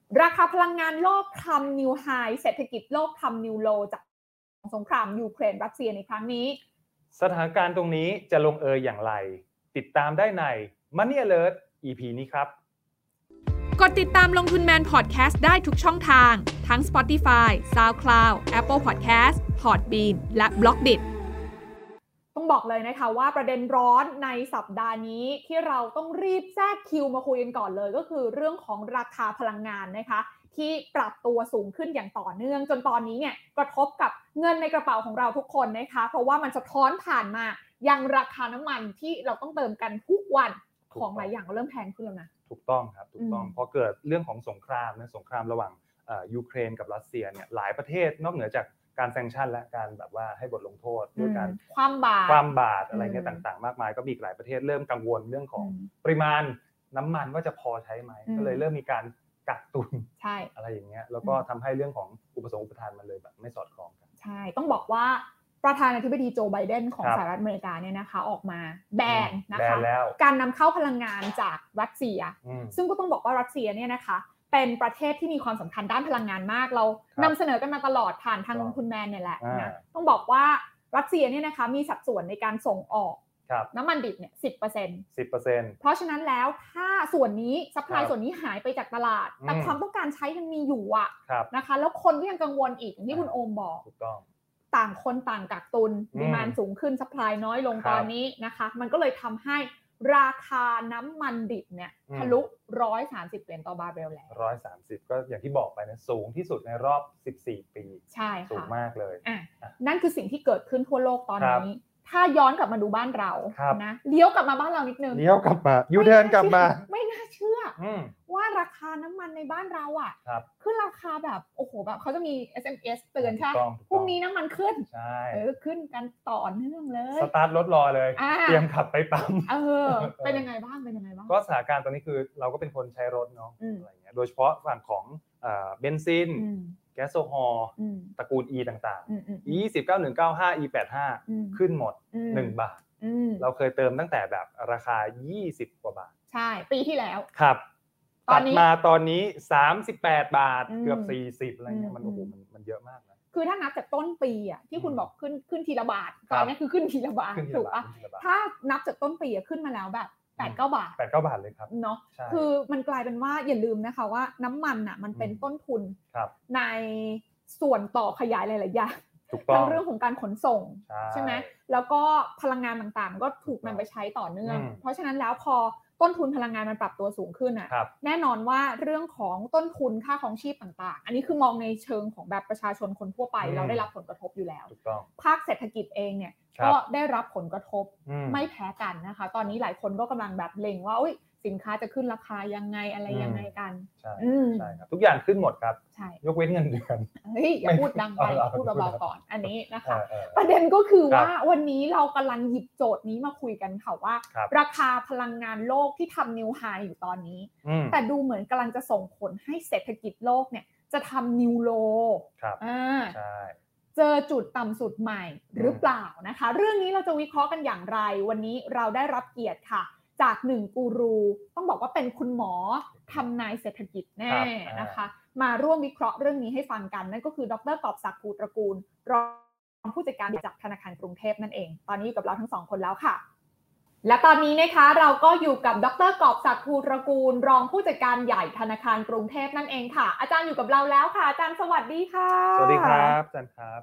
ราคาพลังงานโลกทำนิวไฮเศรษฐกิจโลกทำนิวโลจากสงครามยูเครนรัสเซียในครั้งนี้สถานการณ์ตรงนี้จะลงเอยอย่างไรติดตามได้ใน Money Alert EP นี้ครับกดติดตามลงทุนแมนพอดแคสต์ได้ทุกช่องทางทั้ง Spotify, SoundCloud, Apple Podcast, Podbean และ Blockdit ต้องบอกเลยนะคะว่าประเด็นร้อนในสัปดาห์นี้ที่เราต้องรีบแทรกคิวมาคุยกันก่อนเลยก็คือเรื่องของราคาพลังงานนะคะที่ปรับตัวสูงขึ้นอย่างต่อเนื่องจนตอนนี้เนี่ยกระทบกับเงินในกระเป๋าของเราทุกคนนะคะเพราะว่ามันสะท้อนผ่านมายังราคาน้ำมันที่เราต้องเติมกันทุกวันของหลายอย่างเริ่มแพงขึ้นแล้วนะถูกต้องครับถูกต้องพอเกิดเรื่องของสงครามนะสงครามระหว่างยูเครนกับรัสเซียเนี่ยหลายประเทศนอกเหนือจากการแซงชั่นและการแบบว่าให้บทลงโทษด้วยการความบาตรอะไรเงี้ยต่างๆมากมายก็มีหลายประเทศเริ่มกังวลเรื่องของปริมาณน้ำมันว่าจะพอใช้ไหมก็เลยเริ่มมีการกักตุนอะไรอย่างเงี้ยแล้วก็ทำให้เรื่องของอุปสงค์อุปทานมันเลยแบบไม่สอดคล้องกันใช่ต้องบอกว่าประธานาธิบดีโจไบเดนของสหรัฐอเมริกาเนี่ยนะคะออกมาแบนนะคะการนำเข้าพลังงานจากรัสเซียซึ่งก็ต้องบอกว่ารัสเซียเนี่ยนะคะเป็นประเทศที่มีความสำคัญด้านพลังงานมากเรานำเสนอกันมาตลอดผ่านทางคุณแมนเนี่ยแหละนะต้องบอกว่ารัสเซียเนี่ยนะคะมีสัดส่วนในการส่งออกน้ำมันดิบเนี่ย 10% เพราะฉะนั้นแล้วถ้าส่วนนี้ซัพพลายส่วนนี้หายไปจากตลาดแต่ความต้องการใช้ยังมีอยู่อ่ะนะคะแล้วคนก็ยังกังวลอีกอย่างที่คุณโอมบอกถูกต้องต่างคนต่างกักตุนดีมานด์สูงขึ้นซัพพลายน้อยลงตอนนี้นะคะมันก็เลยทำให้ราคาน้ำมันดิบเนี่ยทะลุ$130ต่อบาร์เรลแล้ว 130ก็อย่างที่บอกไปนะสูงที่สุดในรอบ14ปีใช่ค่ะสูงมากเลยนั่นคือสิ่งที่เกิดขึ้นทั่วโลกตอนนี้ถ้าย้อนกลับมาดูบ้านเรานะเลี้ยวกลับมาบ้านเรานิดนึงเลี้ยวกลับมายูเทิร์นกลับมาไม่น่าเชื่อว่าราคาน้ำมันในบ้านเราอ่ะขึ้นราคาแบบโอ้โหแบบเขาจะมี SMS เตือนใช่พรุ่งนี้น้ำมันขึ้นขึ้นกันต่อเนื่องเลยสตาร์ทรถรอเลยเตรียมขับไปปั๊มเป็นยังไงบ้างก็สถานการณ์ตอนนี้คือเราก็เป็นคนใช้รถเนาะอะไรเงี้ยโดยเฉพาะฝั่งของเบนซินแก๊สโซฮอล์ตระกูล E ต่างๆ E20 9195 E85 ขึ้นหมด1 บาทเราเคยเติมตั้งแต่แบบราคา20กว่าบาทใช่ปีที่แล้วครับตัดมาตอนนี้38บาทเกือบ40อะไรเงี้ยมันโอ้โหมันเยอะมากนะคือถ้านับจากต้นปีอ่ะที่คุณบอกขึ้นทีละบาทตอนนี้คือขึ้นทีละบาทถูกป่ะถ้านับจากต้นปีขึ้นมาแล้วแบบ8-9 บาทเลยครับเนาะคือมันกลายเป็นว่าอย่าลืมนะคะว่าน้ำมันน่ะมันเป็นต้นทุนในส่วนต่อขยายหลายๆอย่างทั้งเรื่องของการขนส่งใช่ไหมแล้วก็พลังงานต่างๆก็ถูกนำไปใช้ต่อเนื่องเพราะฉะนั้นแล้วพอต้นทุนพลังงานมันปรับตัวสูงขึ้นน่ะแน่นอนว่าเรื่องของต้นทุนค่าครองชีพต่างๆอันนี้คือมองในเชิงของแบบประชาชนคนทั่วไปเราได้รับผลกระทบอยู่แล้วภาคเศรษฐกิจเองเนี่ยก็ได้รับผลกระทบไม่แพ้กันนะคะตอนนี้หลายคนก็กำลังแบบเล็งว่าสินค้าจะขึ้นราคายังไงอะไรยังไงกันใช่ครับทุกอย่างขึ้นหมดครับยกเว้นเงินเดือนอย่าพูดดังไปพูดเบาๆก่อนอันนี้นะคะประเด็นก็คือว่าวันนี้เรากำลังหยิบโจทย์นี้มาคุยกันค่ะว่าราคาพลังงานโลกที่ทำนิวไฮอยู่ตอนนี้แต่ดูเหมือนกำลังจะส่งผลให้เศรษฐกิจโลกเนี่ยจะทำนิวโลใช่เจอจุดต่ำสุดใหม่หรือเปล่านะคะเรื่องนี้เราจะวิเคราะห์กันอย่างไรวันนี้เราได้รับเกียรติค่ะจาก1กูรูต้องบอกว่าเป็นคุณหมอทำนายเศรษฐกิจแน่นะคะมาร่วมวิเคราะห์เรื่องนี้ให้ฟังกันนั่นก็คือดร.กอบศักดิ์ ภูตระกูลรองผู้จัดการจากธนาคารกรุงเทพนั่นเองตอนนี้อยู่กับเราทั้ง2คนแล้วค่ะและตอนนี้นะคะเราก็อยู่กับดร.กอบศักดิ์ ภูตระกูลรองผู้จัดการใหญ่ธนาคารกรุงเทพนั่นเองค่ะอาจารย์อยู่กับเราแล้วค่ะอาจารย์สวัสดีค่ะสวัสดีครับอาจารย์ครับ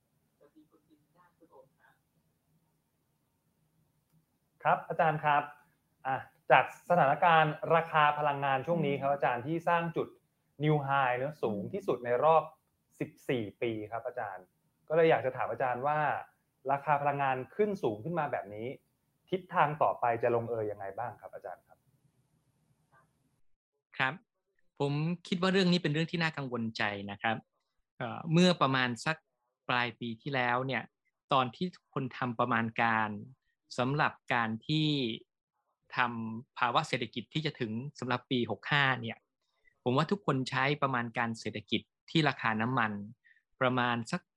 ครับอาจารย์ครับจากสถานการณ์ราคาพลังงานช่วงนี้ครับอาจารย์ที่สร้างจุด New High นะสูงที่สุดในรอบ14ปีครับอาจารย์ก็เลยอยากจะถามอาจารย์ว่าราคาพลังงานขึ้นสูงขึ้นมาแบบนี้ทิศทางต่อไปจะลงเอยยังไงบ้างครับอาจารย์ครับครับผมคิดว่าเรื่องนี้เป็นเรื่องที่น่ากังวลใจนะครับเมื่อประมาณสักปลายปีที่แล้วเนี่ยตอนที่คนทำประมาณการสำหรับการที่ทำภาวะเศรษฐกิจที่จะถึงสำหรับปี65เนี่ยผมว่าทุกคนใช้ประมาณการเศรษฐกิจที่ราคาน้ำมันประมาณสัก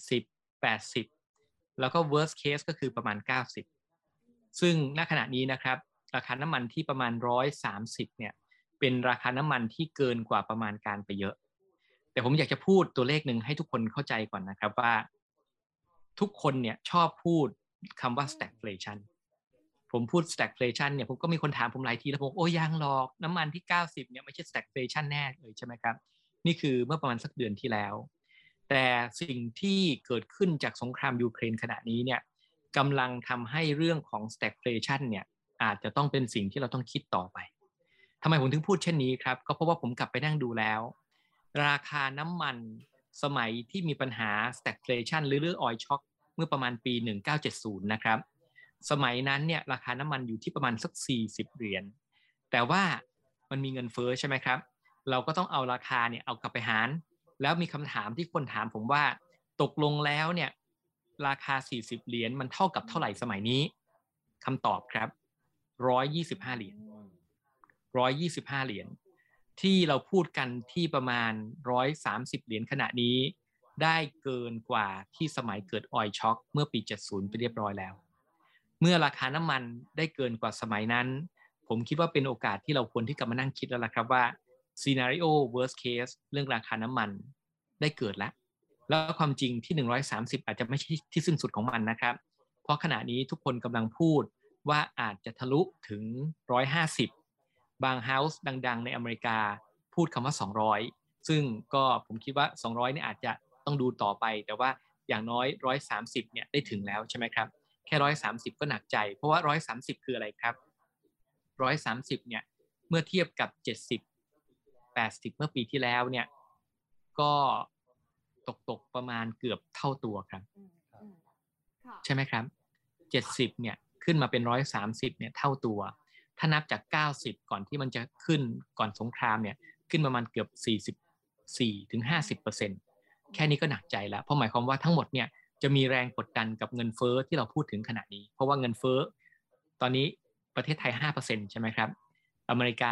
70-80แล้วก็ worst case ก็คือประมาณ90ซึ่งณขณะนี้นะครับราคาน้ำมันที่ประมาณ130เนี่ยเป็นราคาน้ำมันที่เกินกว่าประมาณการไปเยอะแต่ผมอยากจะพูดตัวเลขหนึ่งให้ทุกคนเข้าใจก่อนนะครับว่าทุกคนเนี่ยชอบพูดคำว่า stagflation ผมพูด stagflation เนี่ยผมก็มีคนถามผมหลายทีแล้วผมโอ้ยังหรอกน้ำมันที่90เนี่ยไม่ใช่ stagflation แน่เลยใช่ไหมครับนี่คือเมื่อประมาณสักเดือนที่แล้วแต่สิ่งที่เกิดขึ้นจากสงครามยูเครนขณะนี้เนี่ยกำลังทำให้เรื่องของ stagflation เนี่ยอาจจะต้องเป็นสิ่งที่เราต้องคิดต่อไปทำไมผมถึงพูดเช่นนี้ครับก็เพราะว่าผมกลับไปนั่งดูแล้วราคาน้ำมันสมัยที่มีปัญหา stagflation หรือ oil shock เมื่อประมาณปี1970นะครับสมัยนั้นเนี่ยราคาน้ำมันอยู่ที่ประมาณสัก40 เหรียญแต่ว่ามันมีเงินเฟ้อใช่ไหมครับเราก็ต้องเอาราคาเนี่ยเอากลับไปหารแล้วมีคำถามที่คนถามผมว่าตกลงแล้วเนี่ยราคา40 เหรียญมันเท่ากับเท่าไหร่สมัยนี้คำตอบครับ125 เหรียญ125 เหรียญที่เราพูดกันที่ประมาณ130 เหรียญขณะนี้ได้เกินกว่าที่สมัยเกิดออยล์ช็อคเมื่อปี70ไปเรียบร้อยแล้วเมื่อราคาน้ำมันได้เกินกว่าสมัยนั้นผมคิดว่าเป็นโอกาสที่เราควรที่จะมานั่งคิดแล้วล่ะครับว่า scenario worst case เรื่องราคาน้ำมันได้เกิดแล้วความจริงที่130อาจจะไม่ใช่ที่สิ้นสุดของมันนะครับเพราะขณะนี้ทุกคนกำลังพูดว่าอาจจะทะลุถึง150บางเฮาส์ดังๆในอเมริกาพูดคำว่า200ซึ่งก็ผมคิดว่า200เนี่ยอาจจะต้องดูต่อไปแต่ว่าอย่างน้อย130เนี่ยได้ถึงแล้วใช่ไหมครับแค่130ก็หนักใจเพราะว่า130คืออะไรครับ130เนี่ยเมื่อเทียบกับ70-80เมื่อปีที่แล้วเนี่ยก็ตกประมาณเกือบเท่าตัวครับใช่ไหมครับ70เนี่ยขึ้นมาเป็น130เนี่ยเท่าตัวถ้านับจาก90ก่อนที่มันจะขึ้นก่อนสงครามเนี่ยขึ้นประมาณเกือบ44-50%แค่นี้ก็หนักใจแล้วเพราะหมายความว่าทั้งหมดเนี่ยจะมีแรงกดดันกับเงินเฟ้อที่เราพูดถึงขณะนี้เพราะว่าเงินเฟ้อตอนนี้ประเทศไทย 5% ใช่ไหมครับอเมริกา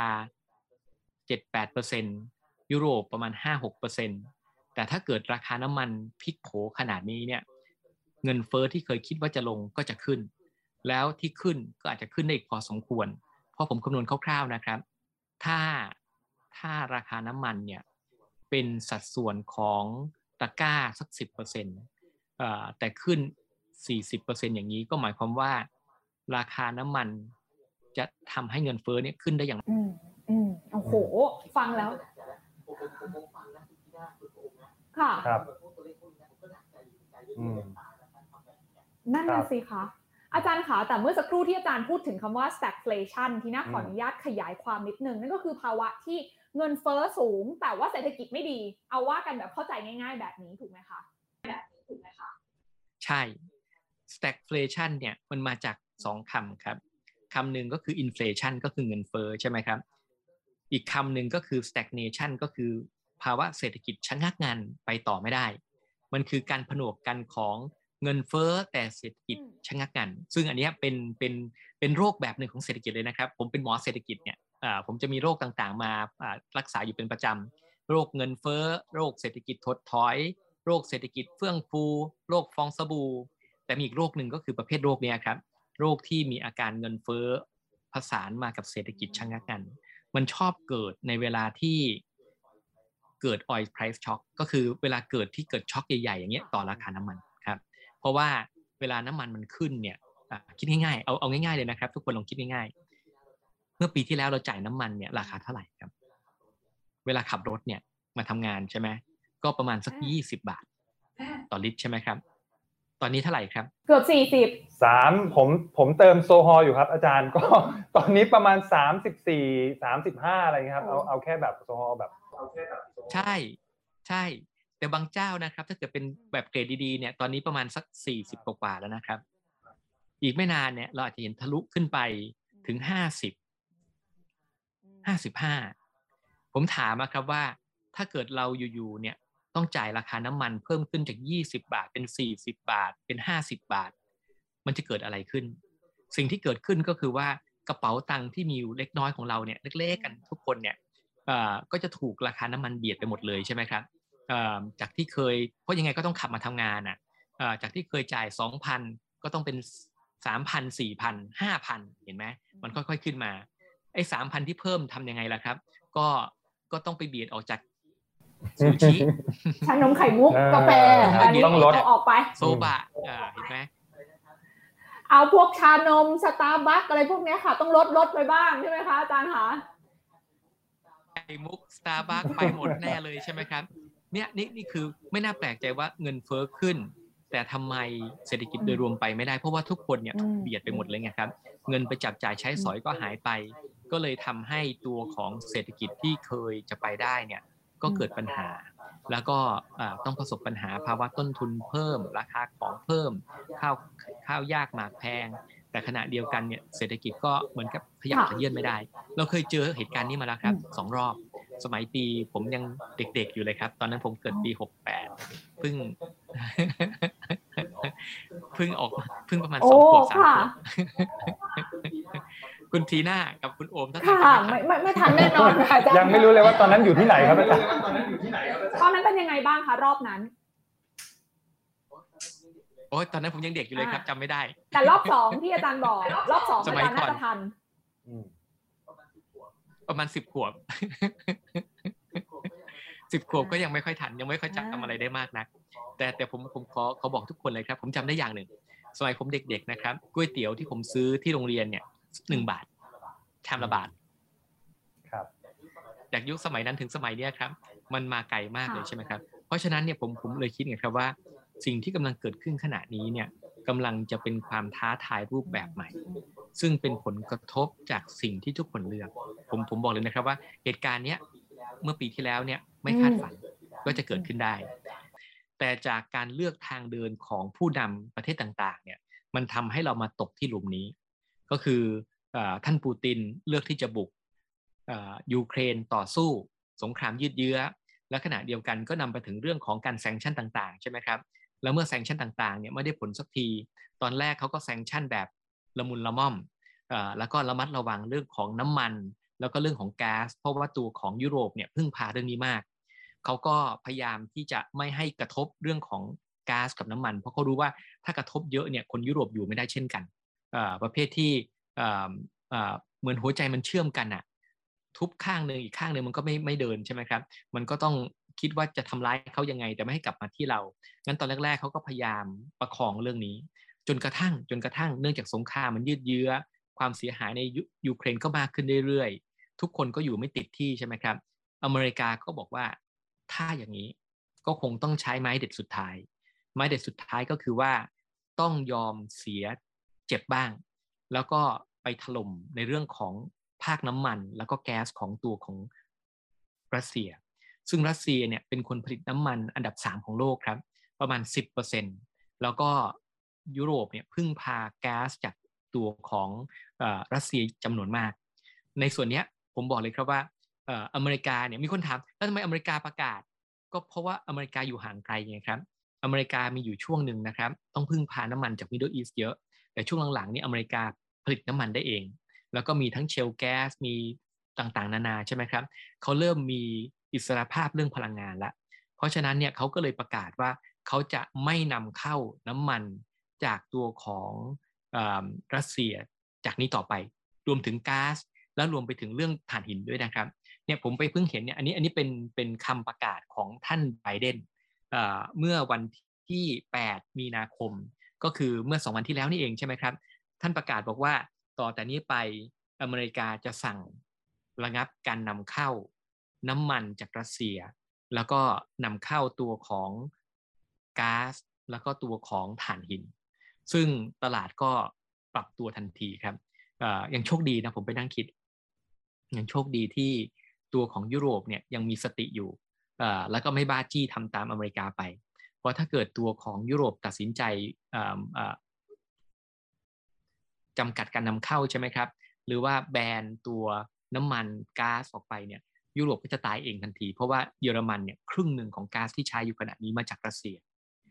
7-8% ยุโรปประมาณ 5-6% แต่ถ้าเกิดราคาน้ำมันพลิกโผขนาดนี้เนี่ยเงินเฟ้อที่เคยคิดว่าจะลงก็จะขึ้นแล้วที่ขึ้นก็อาจจะขึ้นได้อีกพอสมควรเพราะผมคำนวณคร่าวๆนะครับถ้าราคาน้ำมันเนี่ยเป็นสัดส่วนของตะกร้าสัก 10% แต่ขึ้น 40% อย่างนี้ก็หมายความว่าราคาน้ำมันจะทำให้เงินเฟ้อเนี่ยขึ้นได้อย่างโอ้โหฟังแล้วค่ะครับนั่นน่ะสิคะอาจารย์คะแต่เมื่อสักครู่ที่อาจารย์พูดถึงคำว่า stagflation ที่น่าขออนุญาตขยายความนิดนึงนั่นก็คือภาวะที่เงินเฟ้อสูงแต่ว่าเศรษฐกิจไม่ดีเอาว่ากันแบบเข้าใจง่ายๆแบบนี้ถูกไหมคะใช่ stagflation เนี่ยมันมาจาก2คำครับคำหนึ่งก็คือ inflation ก็คือเงินเฟ้อใช่ไหมครับอีกคำหนึ่งก็คือ stagnation ก็คือภาวะเศรษฐกิจชะงักงันไปต่อไม่ได้มันคือการผนวกกันของเงินเฟ้อแต่เศรษฐกิจชะงักงันซึ่งอันนี้เป็นโรคแบบหนึ่งของเศรษฐกิจเลยนะครับผมเป็นหมอเศรษฐกิจเนี่ยผมจะมีโรคต่างๆมารักษาอยู่เป็นประจำโรคเงินเฟ้อโรคเศรษฐกิจถดถอยโรคเศรษฐกิจเฟื่องฟูโรคฟองสบู่แต่มีอีกโรคหนึ่งก็คือประเภทโรคนี้ครับโรคที่มีอาการเงินเฟ้อผสานมากับเศรษฐกิจชะงักงันมันชอบเกิดในเวลาที่เกิด oil price shock ก็คือเวลาเกิดช็อคใหญ่ๆอย่างเงี้ยต่อราคาน้ำมันครับเพราะว่าเวลาน้ำมันขึ้นเนี่ยคิดง่ายๆเอาง่ายๆเลยนะครับทุกคนลองคิดง่ายๆเมื่อปีที่แล้วเราจ่ายน้ำมันเนี่ยราคาเท่าไหร่ครับเวลาขับรถเนี่ยมาทำงานใช่ไหมก็ประมาณสัก20 บาทต่อลิตรใช่ไหมครับตอนนี้เท่าไหร่ครับเกือบ 40ผมเติมโซฮอลอยู่ครับอาจารย์ก็ตอนนี้ประมาณ34-35อะไรครับเอาแค่แบบโซฮอลแบบใช่แต่บางเจ้านะครับถ้าเกิดเป็นแบบเกรดดีๆเนี่ยตอนนี้ประมาณสัก40กว่าแล้วนะครับอีกไม่นานเนี่ยเราอาจจะเห็นทะลุขึ้นไปถึง55ผมถามครับว่าถ้าเกิดเราอยู่ๆเนี่ยต้องจ่ายราคาน้ำมันเพิ่มขึ้นจาก20 บาทเป็น40 บาทเป็น50 บาทมันจะเกิดอะไรขึ้นสิ่งที่เกิดขึ้นก็คือว่ากระเป๋าตังค์ที่มีอยู่เล็กน้อยของเราเนี่ยเล็กๆกันทุกคนเนี่ยก็จะถูกราคาน้ำมันเบียดไปหมดเลยใช่ไหมครับจากที่เคยเพราะยังไงก็ต้องขับมาทำงานจากที่เคยจ่าย 2,000 ก็ต้องเป็น 3,000 4,000 5,000 เห็นไหมมันค่อยๆขึ้นมาไอ้ 3,000 ที่เพิ่มทำยังไงล่ะครับก็ต้องไปเบียดออกจากซูชิชานมไข่มุกกาแฟอันนี้ต้องลดออกไปโซบะเห็นไหมเอาพวกชานมสตาร์บัคอะไรพวกนี้ค่ะต้องลดไปบ้างใช่ไหมคะอาจารย์คะไข่มุกสตาร์บัคไปหมดแน่เลยใช่ไหมครับเนี่ยนี่คือไม่น่าแปลกใจว่าเงินเฟ้อขึ้นแต่ทำไมเศรษฐกิจโดยรวมไปไม่ได้เพราะว่าทุกคนเนี่ยเบียดไปหมดเลยไงครับเงินไปจับจ่ายใช้สอยก็หายไปก็เลยทำให้ตัวของเศรษฐกิจที่เคยจะไปได้เนี่ยก็เกิดปัญหาแล้วก็ต้องประสบปัญหาภาวะต้นทุนเพิ่มราคาของเพิ่มข้าวยากหมากแพงแต่ขณะเดียวกันเนี่ยเศรษฐกิจก็เหมือนกับขยับขยื่นไม่ได้เราเคยเจอเหตุการณ์นี้มาแล้วครับ2 รอบสมัยปีผมยังเด็กๆอยู่เลยครับตอนนั้นผมเกิดปี68เพิ่งออกเพิ่งประมาณ2 ขวบ 3 ขวบคุณทีน่ากับคุณโอมถ้าทานไม่ทันแน่นอนค่ะยังไม่รู้เลยว่าตอนนั้นอยู่ที่ไหนครับอาจารย์ตอนนั้นเป็นยังไงบ้างคะรอบนั้นโอ้ยตอนนั้นผมยังเด็กอยู่เลยครับจำไม่ได้แต่รอบ2ที่อาจารย์บอกรอบ2อาจารย์น่าจะทันประมาณ10 ขวบ10 ขวบก็ยังไม่ค่อยทันยังไม่ค่อยจำอะไรได้มากนักแต่ผมขอบอกทุกคนเลยครับผมจำได้อย่างหนึ่งสมัยผมเด็กๆนะครับก๋วยเตี๋ยวที่ผมซื้อที่โรงเรียนเนี่ย1 บาทชามละบาทครับจากยุคสมัยนั้นถึงสมัยนี้ครับมันมาไกลมากเลยใช่ไหมครับเพราะฉะนั้นเนี่ยผมเลยคิดไงครับว่าสิ่งที่กำลังเกิดขึ้นขณะนี้เนี่ยกำลังจะเป็นความท้าทายรูปแบบใหม่ซึ่งเป็นผลกระทบจากสิ่งที่ทุกคนเลือกผมบอกเลยนะครับว่าเหตุการณ์เนี้ยเมื่อปีที่แล้วเนี่ยไม่คาดฝันก็จะเกิดขึ้นได้แต่จากการเลือกทางเดินของผู้นำประเทศต่างๆเนี่ยมันทำให้เรามาตกที่หลุมนี้ก็คือท่านปูตินเลือกที่จะบุกยูเครนต่อสู้สงครามยืดเยื้อและขณะเดียวกันก็นำไปถึงเรื่องของการแซงชั่นต่างๆใช่ไหมครับแล้วเมื่อแซงชั่นต่างๆเนี่ยไม่ได้ผลสักทีตอนแรกเขาก็แซงชั่นแบบละมุนละม่อมแล้วก็ระมัดระวังเรื่องของน้ำมันแล้วก็เรื่องของแก๊สเพราะว่าตัวของยุโรปเนี่ยพึ่งพาเรื่องนี้มากเขาก็พยายามที่จะไม่ให้กระทบเรื่องของก๊าซกับน้ำมันเพราะเขารู้ว่าถ้ากระทบเยอะเนี่ยคนยุโรปอยู่ไม่ได้เช่นกันประเภทที่เหมือนหัวใจมันเชื่อมกันอะทุบข้างหนึ่งอีกข้างหนึ่งมันก็ไม่เดินใช่ไหมครับมันก็ต้องคิดว่าจะทำร้ายเขายังไงแต่ไม่ให้กลับมาที่เรางั้นตอนแรกๆเขาก็พยายามประคองเรื่องนี้จนกระทั่งเนื่องจากสงครามมันยืดเยื้อความเสียหายในยูเครนก็มากขึ้นเรื่อยๆทุกคนก็อยู่ไม่ติดที่ใช่ไหมครับอเมริกาก็บอกว่าถ้าอย่างนี้ก็คงต้องใช้ไม้เด็ดสุดท้ายก็คือว่าต้องยอมเสียเจ็บบ้างแล้วก็ไปถล่มในเรื่องของภาคน้ำมันแล้วก็แก๊สของตัวของรัสเซียซึ่งรัสเซียเนี่ยเป็นคนผลิตน้ำมันอันดับ3ของโลกครับประมาณ 10% แล้วก็ยุโรปเนี่ยพึ่งพาแก๊สจากตัวของรัสเซียจำนวนมากในส่วนนี้ผมบอกเลยครับว่าอเมริกาเนี่ยมีคนถามแล้วทำไมอเมริกาประกาศก็เพราะว่าอเมริกาอยู่ห่างไกลไงครับอเมริกามีอยู่ช่วงหนึ่งนะครับต้องพึ่งพาน้ำมันจาก Middle East เยอะแต่ช่วงหลังๆนี่อเมริกาผลิตน้ำมันได้เองแล้วก็มีทั้งเชลแก๊สมีต่างๆนานาใช่ไหมครับเขาเริ่มมีอิสรภาพเรื่องพลังงานละเพราะฉะนั้นเนี่ยเขาก็เลยประกาศว่าเขาจะไม่นำเข้าน้ำมันจากตัวของรัสเซียจากนี้ต่อไปรวมถึงก๊าซแล้วรวมไปถึงเรื่องถ่านหินด้วยนะครับเนี่ยผมไปเพิ่งเห็นเนี่ยอันนี้เป็นคำประกาศของท่านไบเดนเมื่อวันที่8 มีนาคมก็คือเมื่อ2 วันที่แล้วนี่เองใช่ไหมครับท่านประกาศบอกว่าต่อแต่นี้ไปอเมริกาจะสั่งระงับการนำเข้าน้ำมันจากรัสเซียแล้วก็นำเข้าตัวของก๊าซแล้วก็ตัวของถ่านหินซึ่งตลาดก็ปรับตัวทันทีครับยังโชคดีนะผมไปนั่งคิดยังโชคดีที่ตัวของยุโรปเนี่ยยังมีสติอยู่แล้วก็ไม่บ้าจี้ทำตามอเมริกาไปเพราะถ้าเกิดตัวของยุโรปตัดสินใจจำกัดการนำเข้าใช่ไหมครับหรือว่าแบนตัวน้ำมันก๊าซออกไปเนี่ยยุโรปก็จะตายเองทันทีเพราะว่าเยอรมันเนี่ยครึ่งหนึ่งของก๊าซที่ใช้อยู่ขณะนี้มาจากรัสเซีย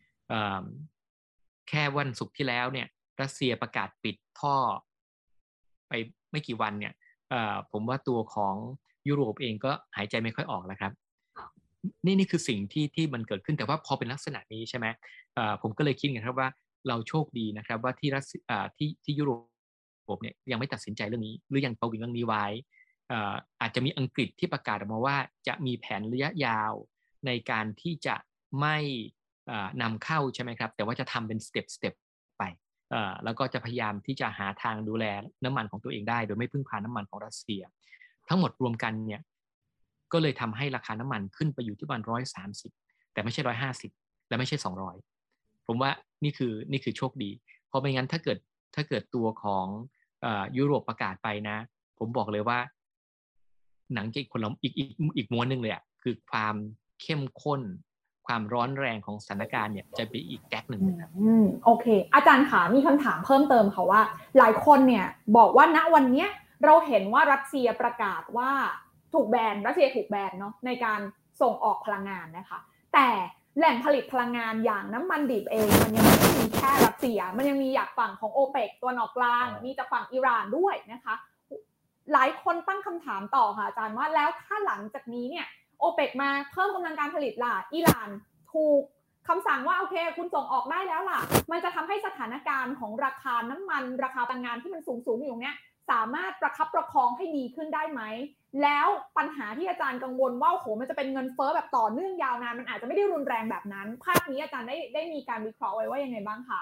แค่วันศุกร์ที่แล้วเนี่ยรัสเซียประกาศปิดท่อไปไม่กี่วันเนี่ยผมว่าตัวของยุโรปเองก็หายใจไม่ค่อยออกแล้วครับนี่คือสิ่งที่มันเกิดขึ้นแต่ว่าพอเป็นลักษณะนี้ใช่ไหมผมก็เลยคิดกันครับว่าเราโชคดีนะครับว่าที่ยุโรปปเนี่ยยังไม่ตัดสินใจเรื่องนี้หรือยังประวิงเรื่องนี้ไว้อาจจะมีอังกฤษที่ประกาศออกมาว่าจะมีแผนระยะยาวในการที่จะไม่นำเข้าใช่ไหมครับแต่ว่าจะทำเป็นสเต็ปไปแล้วก็จะพยายามที่จะหาทางดูแลน้ำมันของตัวเองได้โดยไม่พึ่งพาน้ำมันของรัสเซียทั้งหมดรวมกันเนี่ยก็เลยทำให้ราคาน้ำมันขึ้นไปอยู่ที่ประมาณ130แต่ไม่ใช่150และไม่ใช่200ผมว่านี่คือโชคดีเพราะไม่งั้นถ้าเกิดตัวของยุโรปประกาศไปนะผมบอกเลยว่าหนังจะอีกคนละอีกม้วนนึงเลยอ่ะคือความเข้มข้นความร้อนแรงของสถานการณ์เนี่ยจะเป็นอีกแก๊กหนึ่งนะครับโอเคอาจารย์ขามีคำถามเพิ่มเติมค่ะว่าหลายคนเนี่ยบอกว่าณวันนี้เราเห็นว่ารัสเซียประกาศว่าถูกแบนรัสเซียถูกแบนเนาะในการส่งออกพลังงานนะคะแต่แหล่งผลิตพลังงานอย่างน้ำมันดิบเองมันยังไม่ได้มีแค่รัสเซียมันยังมีจากฝั่งของโอเปกตัวนออกกลางมีจากฝั่งอิหร่านด้วยนะคะหลายคนตั้งคำถามต่อค่ะอาจารย์ว่าแล้วถ้าหลังจากนี้เนี่ยโอเปกมาเพิ่มกำลังการผลิตล่ะอิหร่านถูกคำสั่งว่าโอเคคุณส่งออกได้แล้วล่ะมันจะทำให้สถานการณ์ของราคาน้ำมันราคาพลังงานที่มันสูงอยู่ตรงนี้สามารถประคับประคองให้ดีขึ้นได้ไหมแล้วปัญหาที่อาจารย์กังวลว่าโอ้โหมันจะเป็นเงินเฟ้อแบบต่อเนื่องยาวนานมันอาจจะไม่ได้รุนแรงแบบนั้นภาพนี้อาจารย์ได้มีการวิเคราะห์ไว้ว่ายังไงบ้างคะ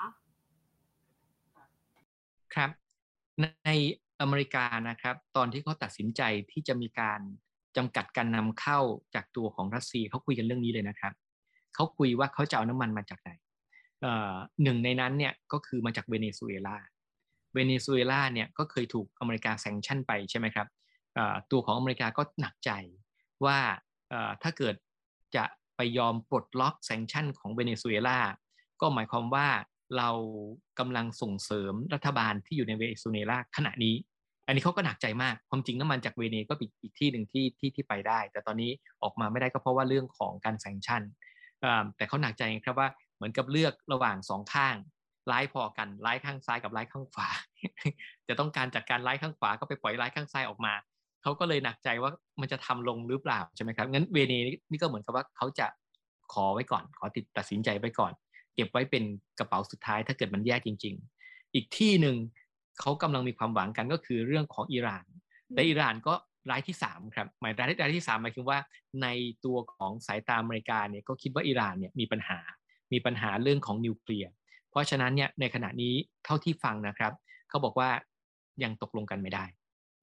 ครับในอเมริกานะครับตอนที่เขาตัดสินใจที่จะมีการจำกัดการนำเข้าจากตัวของรัสเซียเขาคุยกันเรื่องนี้เลยนะครับเขาคุยว่าเขาจะเอาน้ำมันมาจากไหนหนึ่งในนั้นเนี่ยก็คือมาจากเวเนซุเอลาเนี่ยก็เคยถูกอเมริกาแซงชั่นไปใช่ไหมครับตัวของอเมริกาก็หนักใจว่าถ้าเกิดจะไปยอมปลดล็อกแซงชั่นของเวเนซุเอลาก็หมายความว่าเรากำลังส่งเสริมรัฐบาลที่อยู่ในเวเนซุเอลาขณะนี้อันนี้เขาก็หนักใจมากความจริงน้ำมันจากเวเนก็เป็นอีกที่หนึ่งที่ไปได้แต่ตอนนี้ออกมาไม่ได้ก็เพราะว่าเรื่องของการแซงชั่นแต่เขาหนักใจครับว่าเหมือนกับเลือกระหว่างสองข้างร้ายพอกันร้ายข้างซ้ายกับร้ายข้างขวา จะต้องการจัดการร้ายข้างขวาก็ไปปล่อยร้ายข้างซ้ายออกมาเขาก็เลยหนักใจว่ามันจะทำลงหรือเปล่าใช่ไหมครับงั้นเวเนนี่ก็เหมือนกับว่าเขาจะขอไว้ก่อนขอตัดสินใจไว้ก่อนเก็บไว้เป็นกระเป๋าสุดท้ายถ้าเกิดมันแย่จริงๆอีกที่หนึ่งเขากำลังมีความหวังกันก็คือเรื่องของอิหร่านแต่อิหร่านก็รายที่3ครับหมายรายที่3หมายถึงว่าในตัวของสายตาอเมริกาเนี่ยก็คิดว่าอิหร่านเนี่ยมีปัญหาเรื่องของนิวเคลียร์เพราะฉะนั้นเนี่ยในขณะนี้เท่าที่ฟังนะครับเขาบอกว่ายังตกลงกันไม่ได้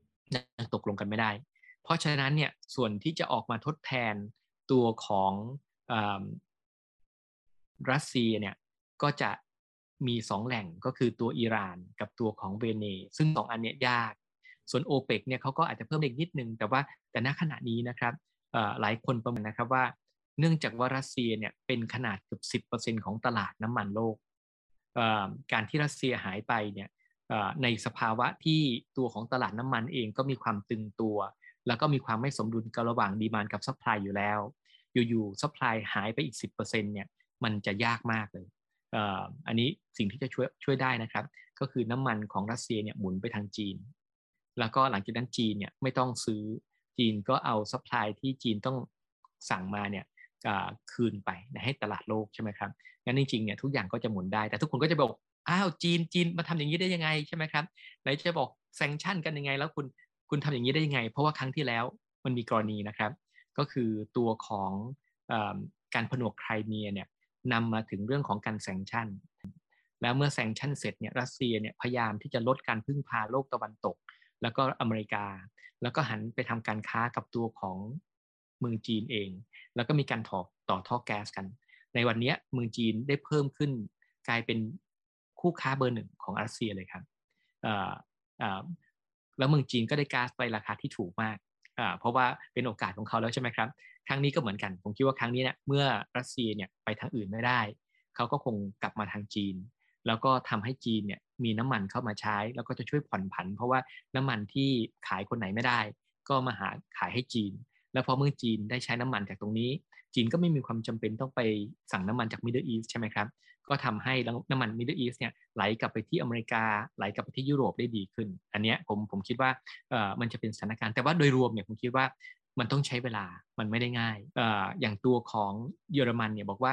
เพราะฉะนั้นเนี่ยส่วนที่จะออกมาทดแทนตัวของรัสเซียเนี่ยก็จะมี2แหล่งก็คือตัวอิหร่านกับตัวของเวเนซึ่ง2อันเนี้ยยากส่วนโอเปกเนี่ยเขาก็อาจจะเพิ่มอีกนิดนึงแต่ณขณะนี้นะครับหลายคนประเมินนะครับว่าเนื่องจากว่ารัสเซียเนี่ยเป็นขนาดเกือบ 10% ของตลาดน้ำมันโลกการที่รัสเซียหายไปเนี่ยในสภาวะที่ตัวของตลาดน้ำมันเองก็มีความตึงตัวแล้วก็มีความไม่สมดุลกันระหว่างดีมานด์กับซัพพลายอยู่แล้วอยู่ๆซัพพลายหายไปอีก 10% เนี่ยมันจะยากมากเลยอันนี้สิ่งที่จะช่วยได้นะครับก็คือน้ำมันของรัสเซียเนี่ยหมุนไปทางจีนแล้วก็หลังจากนั้นจีนเนี่ยไม่ต้องซื้อจีนก็เอาซัพพลายที่จีนต้องสั่งมาเนี่ยคืนไปให้ตลาดโลกใช่ไหมครับงั้นจริงๆเนี่ยทุกอย่างก็จะหมุนได้แต่ทุกคนก็จะบอกอ้าวจีนมาทำอย่างนี้ได้ยังไงใช่ไหมครับไหนจะบอกแซงชั่นกันยังไงแล้วคุณทำอย่างนี้ได้ยังไงเพราะว่าครั้งที่แล้วมันมีกรณีนะครับก็คือตัวของการผนวกไครเมียเนี่ยนำมาถึงเรื่องของการแซงชั่นแล้วเมื่อแซงชั่นเสร็จเนี่ยรัสเซียเนี่ยพยายามที่จะลดการพึ่งพาโลกตะวันตกแล้วก็อเมริกาแล้วก็หันไปทำการค้ากับตัวของเมืองจีนเองแล้วก็มีการต่อท่อแก๊สกันในวันนี้เมืองจีนได้เพิ่มขึ้นกลายเป็นคู่ค้าเบอร์1ของรัสเซียเลยครับแล้วเมืองจีนก็ได้ก๊าซไปราคาที่ถูกมากเพราะว่าเป็นโอกาสของเขาแล้วใช่ไหมครับครั้งนี้ก็เหมือนกันผมคิดว่าครั้งนี้เนี่ยเมื่อรัสเซียเนี่ยไปทางอื่นไม่ได้เขาก็คงกลับมาทางจีนแล้วก็ทำให้จีนเนี่ยมีน้ำมันเข้ามาใช้แล้วก็จะช่วยผ่อนผันเพราะว่าน้ำมันที่ขายคนไหนไม่ได้ก็มาขายให้จีนแล้วพอเมื่อจีนได้ใช้น้ำมันจากตรงนี้จีนก็ไม่มีความจำเป็นต้องไปสั่งน้ำมันจาก Middle East ใช่ไหมครับก็ทำให้น้ำมัน Middle East เนี่ยไหลกลับไปที่อเมริกาไหลกลับไปที่ยุโรปได้ดีขึ้นอันนี้ผมคิดว่ามันจะเป็นสถานการณ์แต่ว่าโดยรวมเนี่ยผมคิดว่ามันต้องใช้เวลามันไม่ได้ง่ายอย่างตัวของเยอรมันเนี่ยบอกว่า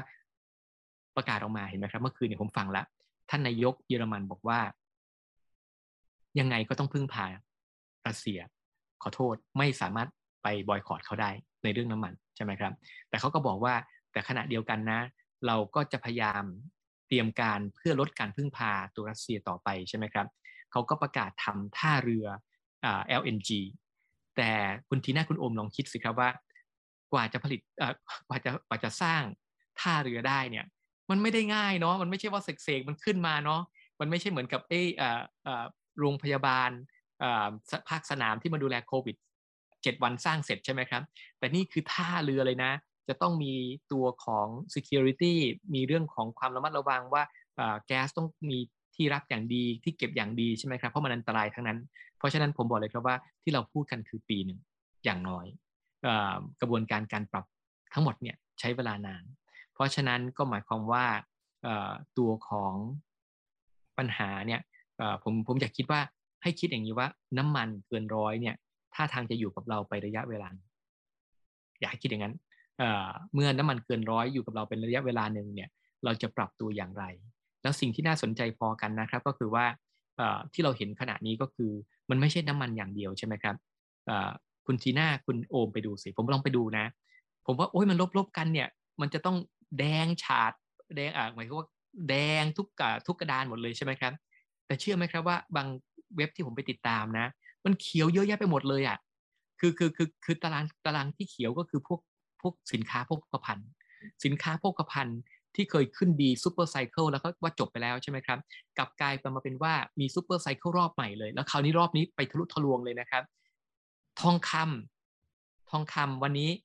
ประกาศออกมาเห็นไหมครับเมื่อคืนเนี่ยผมฟังแล้วท่านนายกเยอรมันบอกว่ายังไงก็ต้องพึ่งพารัสเซียขอโทษไม่สามารถไปบอยคอตเขาได้ในเรื่องน้ำมันใช่ไหมครับแต่เขาก็บอกว่าแต่ขณะเดียวกันนะเราก็จะพยายามเตรียมการเพื่อลดการพึ่งพาตัวรัสเซียต่อไปใช่ไหมครับเขาก็ประกาศทำท่าเรือLNG แต่คุณทีน่าคุณโอมลองคิดสิครับว่ากว่าจะผลิตกว่าจะสร้างท่าเรือได้เนี่ยมันไม่ได้ง่ายเนาะมันไม่ใช่ว่าเสกมันขึ้นมาเนาะมันไม่ใช่เหมือนกับโรงพยาบาลภาคสนามที่มาดูแลโควิด7 วันสร้างเสร็จใช่ไหมครับแต่นี่คือท่าเรือเลยนะจะต้องมีตัวของ security มีเรื่องของความระมัดระวังว่าแก๊สต้องมีที่รับอย่างดีที่เก็บอย่างดีใช่ไหมครับเพราะมันอันตรายทั้งนั้นเพราะฉะนั้นผมบอกเลยครับว่าที่เราพูดกันคือปีหนึ่งอย่างน้อยกระบวนการปรับทั้งหมดเนี่ยใช้เวลานานเพราะฉะนั้นก็หมายความว่าตัวของปัญหาเนี่ยผมอยากคิดว่าให้คิดอย่างนี้ว่าน้ำมันเกิน100เนี่ยท่าทางจะอยู่กับเราไประยะเวลาอยากให้คิดอย่างนั้นเมื่อน้ำมันเกิน100อยู่กับเราเป็นระยะเวลาหนึ่งเนี่ยเราจะปรับตัวอย่างไรแล้วสิ่งที่น่าสนใจพอกันนะครับก็คือว่าที่เราเห็นขณะนี้ก็คือมันไม่ใช่น้ำมันอย่างเดียวใช่ไหมครับคุณจีน่าคุณโอมไปดูสิผมลองไปดูนะผมว่าโอ้ยมันลบกันเนี่ยมันจะต้องแดงฉาดแดงหมายความว่าแดงทุกกระดานหมดเลยใช่ไหมครับแต่เชื่อไหมครับว่าบางเว็บที่ผมไปติดตามนะมันเขียวเยอะแยะไปหมดเลยอ่ะคือตารางที่เขียวก็คือพวกสินค้าโภคภัณฑ์สินค้าโภคภัณฑ์ที่เคยขึ้นดีซูเปอร์ไซเคิลแล้วก็ว่าจบไปแล้วใช่ไหมครับกลับกลายมาเป็นว่ามีซูเปอร์ไซเคิลรอบใหม่เลยแล้วคราวนี้รอบนี้ไปทะลุทะลวงเลยนะครับทองคำวันนี้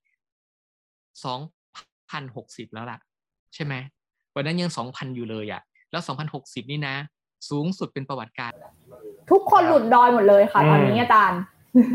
2,060 แล้วล่ะใช่ไหมวันนั้นยัง 2,000 อยู่เลยอ่ะแล้ว2,060นี่นะสูงสุดเป็นประวัติการทุกคนหลุดดอยหมดเลยค่ะตอนนี้อาจารย์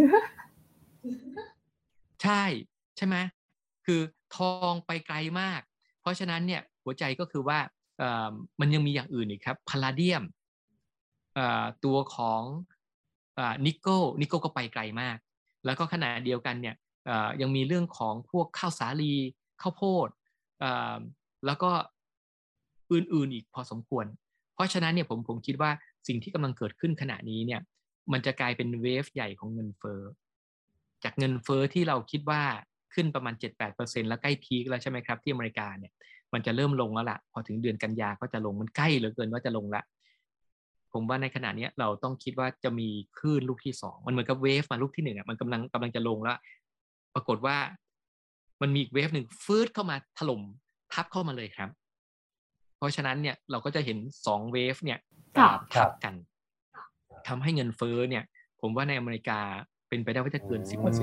ใช่ไหมคือทองไปไกลมากเพราะฉะนั้นเนี่ยหัวใจก็คือว่ามันยังมีอย่างอื่นอีกครับพาลาเดียมตัวของนิกเกิลก็ไปไกลมากแล้วก็ขณะเดียวกันเนี่ยยังมีเรื่องของพวกข้าวสาลีข้าวโพดแล้วก็อื่นๆอีกพอสมควรเพราะฉะนั้นเนี่ยผมคิดว่าสิ่งที่กำลังเกิดขึ้นขณะนี้เนี่ยมันจะกลายเป็นเวฟใหญ่ของเงินเฟ้อจากเงินเฟ้อที่เราคิดว่าขึ้นประมาณ 7-8% แล้วใกล้พีคแล้วใช่ไหมครับที่อเมริกาเนี่ยมันจะเริ่มลงแล้วล่ะพอถึงเดือนกันยาก็จะลงมันใกล้เหลือเกินว่าจะลงละผมว่าในขณะนี้เราต้องคิดว่าจะมีคลื่นลูกที่2มันเหมือนกับเวฟมาลูกที่1อ่ะมันกำลังจะลงแล้วปรากฏว่ามันมีอีกเวฟหนึ่งฟืดเข้ามาถล่มทับเข้ามาเลยครับเพราะฉะนั้นเนี่ยเราก็จะเห็น2เวฟเนี่ยทับกันทำให้เงินเฟ้อเนี่ยผมว่าในอเมริกาเป็นไปได้ว่าจะเกิน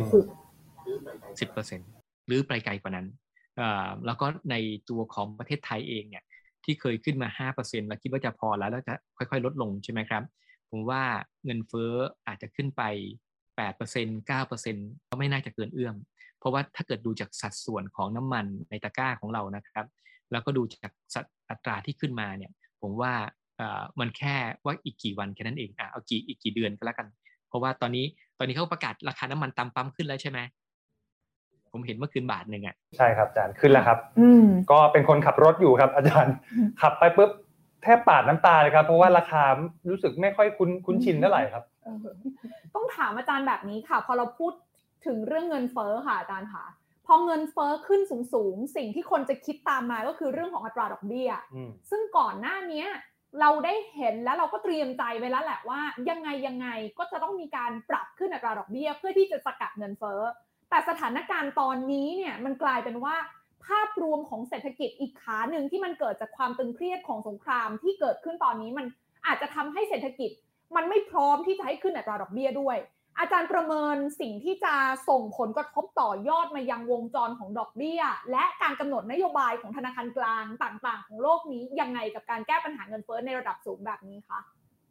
10% หรือไปไกลกว่านั้นแล้วก็ในตัวของประเทศไทยเองเนี่ยที่เคยขึ้นมา 5% แล้วคิดว่าจะพอแล้วจะค่อยๆลดลงใช่ไหมครับผมว่าเงินเฟ้ออาจจะขึ้นไป 8% 9% ก็ไม่น่าจะเกินเอื้อมเพราะว่าถ้าเกิดดูจากสัดส่วนของน้ำมันในตะกร้าของเรานะครับแล้วก็ดูจากอัตราที่ขึ้นมาเนี่ยผมว่ามันแค่ว่าอีกกี่วันแค่นั้นเองเอาอีกกี่เดือนก็แล้วกันเพราะว่าตอนนี้เขาประกาศราคาน้ำมันตามปั๊มขึ้นแล้วใช่ไหมผมเห็นเมื่อคืน1 บาทอ่ะใช่ครับอาจารย์ขึ้นแล้วครับก็เป็นคนขับรถอยู่ครับอาจารย์ขับไปปุ๊บแทบปาดน้ำตาเลยครับเพราะว่าราคารู้สึกไม่ค่อยคุ้นชินเท่าไหร่ครับต้องถามอาจารย์แบบนี้ค่ะพอเราพูดถึงเรื่องเงินเฟ้อค่ะอาจารย์ค่ะพอเงินเฟ้อขึ้นสูงสิ่งที่คนจะคิดตามมาก็คือเรื่องของอัตราดอกเบี้ยซึ่งก่อนหน้านี้เราได้เห็นแล้วเราก็เตรียมใจไว้แล้วแหละว่ายังไงก็จะต้องมีการปรับขึ้นอัตราดอกเบี้ยเพื่อที่จะสกัดเงินเฟ้อแต่สถานการณ์ตอนนี้เนี่ยมันกลายเป็นว่าภาพรวมของเศรษฐกิจอีกขาหนึ่งที่มันเกิดจากความตึงเครียดของสงครามที่เกิดขึ้นตอนนี้มันอาจจะทำให้เศรษฐกิจมันไม่พร้อมที่จะให้ขึ้นอัตราดอกเบี้ยด้วยอาจารย์ประเมินสิ่งที่จะส่งผลกระทบต่อยอดมายังวงจรของดอกเบี้ยและการกำหนดนโยบายของธนาคารกลางต่างๆของโลกนี้ยังไงกับการแก้ปัญหาเงินเฟ้อในระดับสูงแบบนี้คะ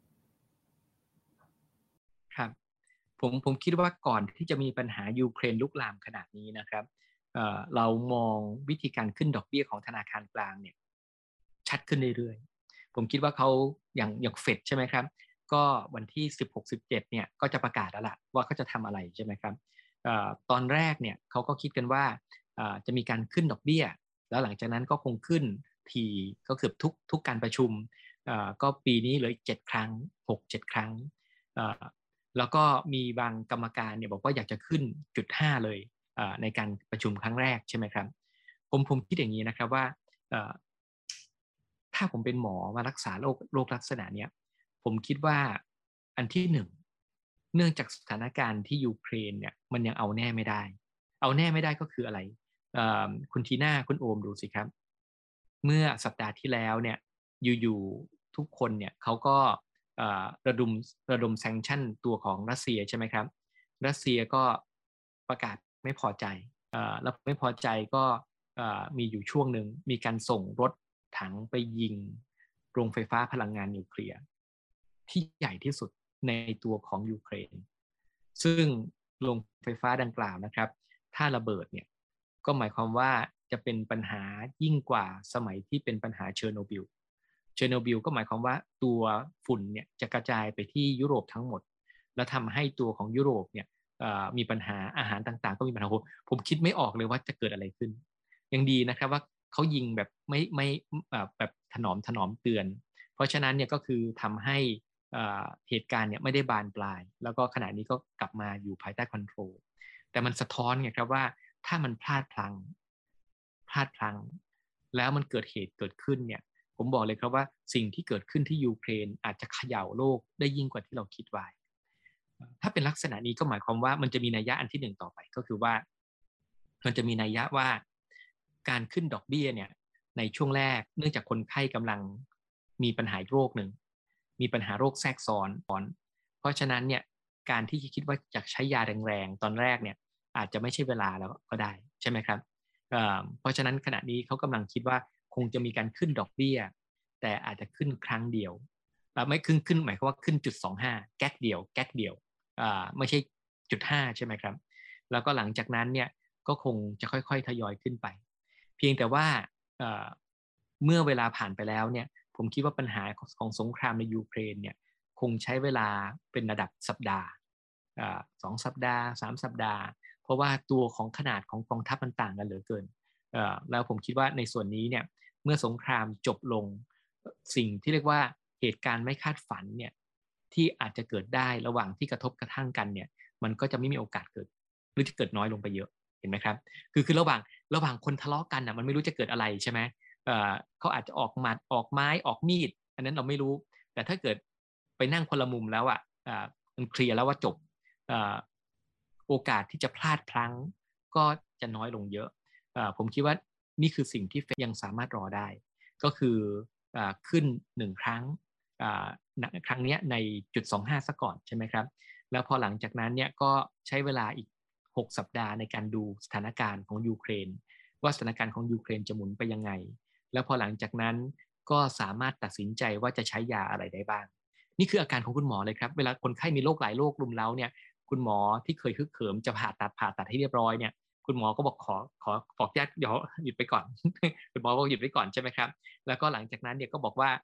ครับผมคิดว่าก่อนที่จะมีปัญหายูเครนลุกลามขนาดนี้นะครับเรามองวิธีการขึ้นดอกเบี้ยของธนาคารกลางเนี่ยชัดขึ้นเรื่อยๆผมคิดว่าเขาอย่างเฟดใช่ไหมครับก็วันที่16-17เนี่ยก็จะประกาศแล้วล่ะว่าเขาจะทำอะไรใช่ไหมครับตอนแรกเนี่ยเขาก็คิดกันว่าจะมีการขึ้นดอกเบี้ยแล้วหลังจากนั้นก็คงขึ้นทีก็เกือบทุกการประชุมก็ปีนี้เหลืออีก7 ครั้ง 6-7 ครั้งแล้วก็มีบางกรรมการเนี่ยบอกว่าอยากจะขึ้น0.5เลยในการประชุมครั้งแรกใช่ไหมครับผมคิดอย่างนี้นะครับว่าถ้าผมเป็นหมอมารักษาโรคลักษณะเนี้ยผมคิดว่าอันที่หนึ่งเนื่องจากสถานการณ์ที่ยูเครนเนี่ยมันยังเอาแน่ไม่ได้ก็คืออะไรคุณทีน่าคุณโอมดูสิครับเมื่อสัปดาห์ที่แล้วเนี่ยอยู่ๆทุกคนเนี่ยเขาก็ระดมแซงชั่นตัวของรัสเซียใช่ไหมครับรัสเซียก็ประกาศไม่พอใจแล้วไม่พอใจก็มีอยู่ช่วงหนึ่งมีการส่งรถถังไปยิงโรงไฟฟ้าพลังงานนิวเคลียร์ที่ใหญ่ที่สุดในตัวของยูเครนซึ่งโรงไฟฟ้าดังกล่าวนะครับถ้าระเบิดเนี่ยก็หมายความว่าจะเป็นปัญหายิ่งกว่าสมัยที่เป็นปัญหาเชอร์โนบิลก็หมายความว่าตัวฝุ่นเนี่ยจะกระจายไปที่ยุโรปทั้งหมดและทำให้ตัวของยุโรปเนี่ยมีปัญหาอาหารต่างๆก็มีปัญหาผมคิดไม่ออกเลยว่าจะเกิดอะไรขึ้นยังดีนะครับว่าเขายิงแบบไม่แบบถนอมเตือนเพราะฉะนั้นเนี่ยก็คือทำให้เหตุการณ์เนี่ยไม่ได้บานปลายแล้วก็ขณะนี้ก็กลับมาอยู่ภายใต้คอนโทรลแต่มันสะท้อนไงครับว่าถ้ามันพลาดพลั้งแล้วมันเกิดเหตุเกิดขึ้นเนี่ยผมบอกเลยครับว่าสิ่งที่เกิดขึ้นที่ยูเครนอาจจะเขย่าโลกได้ยิ่งกว่าที่เราคิดไว้ถ้าเป็นลักษณะนี้ก็หมายความว่ามันจะมีนัยยะอันที่หนึ่งต่อไปก็คือว่ามันจะมีนัยยะว่าการขึ้นดอกเบี้ยเนี่ยในช่วงแรกเนื่องจากคนไข้กำลังมีปัญหาโรคหนึ่งมีปัญหาโรคแทรกซ้อนเพราะฉะนั้นเนี่ยการที่คิดว่าอยากใช้ยาแรงๆตอนแรกเนี่ยอาจจะไม่ใช่เวลาแล้วก็ได้ใช่ไหมครับเพราะฉะนั้นขณะนี้เขากำลังคิดว่าคงจะมีการขึ้นดอกเบี้ยแต่อาจจะขึ้นครั้งเดียวไม่ขึ้นหมายความว่าขึ้น0.25แก๊กเดียวไม่ใช่0.5ใช่ไหมครับแล้วก็หลังจากนั้นเนี่ยก็คงจะค่อยๆทยอยขึ้นไปเพียงแต่ว่าเมื่อเวลาผ่านไปแล้วเนี่ยผมคิดว่าปัญหาของสงครามในยูเครนเนี่ยคงใช้เวลาเป็นระดับสัปดาห์2 สัปดาห์3 สัปดาห์เพราะว่าตัวของขนาดของกองทัพมันต่างกันเหลือเกินแล้วผมคิดว่าในส่วนนี้เนี่ยเมื่อสงครามจบลงสิ่งที่เรียกว่าเหตุการณ์ไม่คาดฝันเนี่ยที่อาจจะเกิดได้ระหว่างที่กระทบกระทั่งกันเนี่ยมันก็จะไม่มีโอกาสเกิดหรือจะเกิดน้อยลงไปเยอะเห็นไหมครับคือระหว่างคนทะเลาะกันมันไม่รู้จะเกิดอะไรใช่ไหมเขาอาจจะออกหมัดออกไม้ออกมีดอันนั้นเราไม่รู้แต่ถ้าเกิดไปนั่งคนละมุมแล้วมันเคลียร์แล้วว่าจบโอกาสที่จะพลาดพลั้งก็จะน้อยลงเยอะผมคิดว่านี่คือสิ่งที่ยังสามารถรอได้ก็คือขึ้น1 ครั้งครั้งนี้ใน0.25ซะก่อนใช่ไหมครับแล้วพอหลังจากนั้นเนี่ยก็ใช้เวลาอีก6 สัปดาห์ในการดูสถานการณ์ของยูเครนว่าสถานการณ์ของยูเครนจะหมุนไปยังไงแล้วพอหลังจากนั้นก็สามารถตัดสินใจว่าจะใช้ยาอะไรได้บ้างนี่คืออาการของคุณหมอเลยครับเวลาคนไข้มีโรคหลายโรครุมเร้าเนี่ยคุณหมอที่เคยฮึกเหิมจะผ่าตัดให้เรียบร้อยเนี่ยคุณหมอก็บอกขอแยกเดี๋ยวหยุดไปก่อน คุณหมอบอกหยุดไปก่อนใช่ไหมครับแล้วก็หลังจากนั้นเนี่ยก็บอกว่า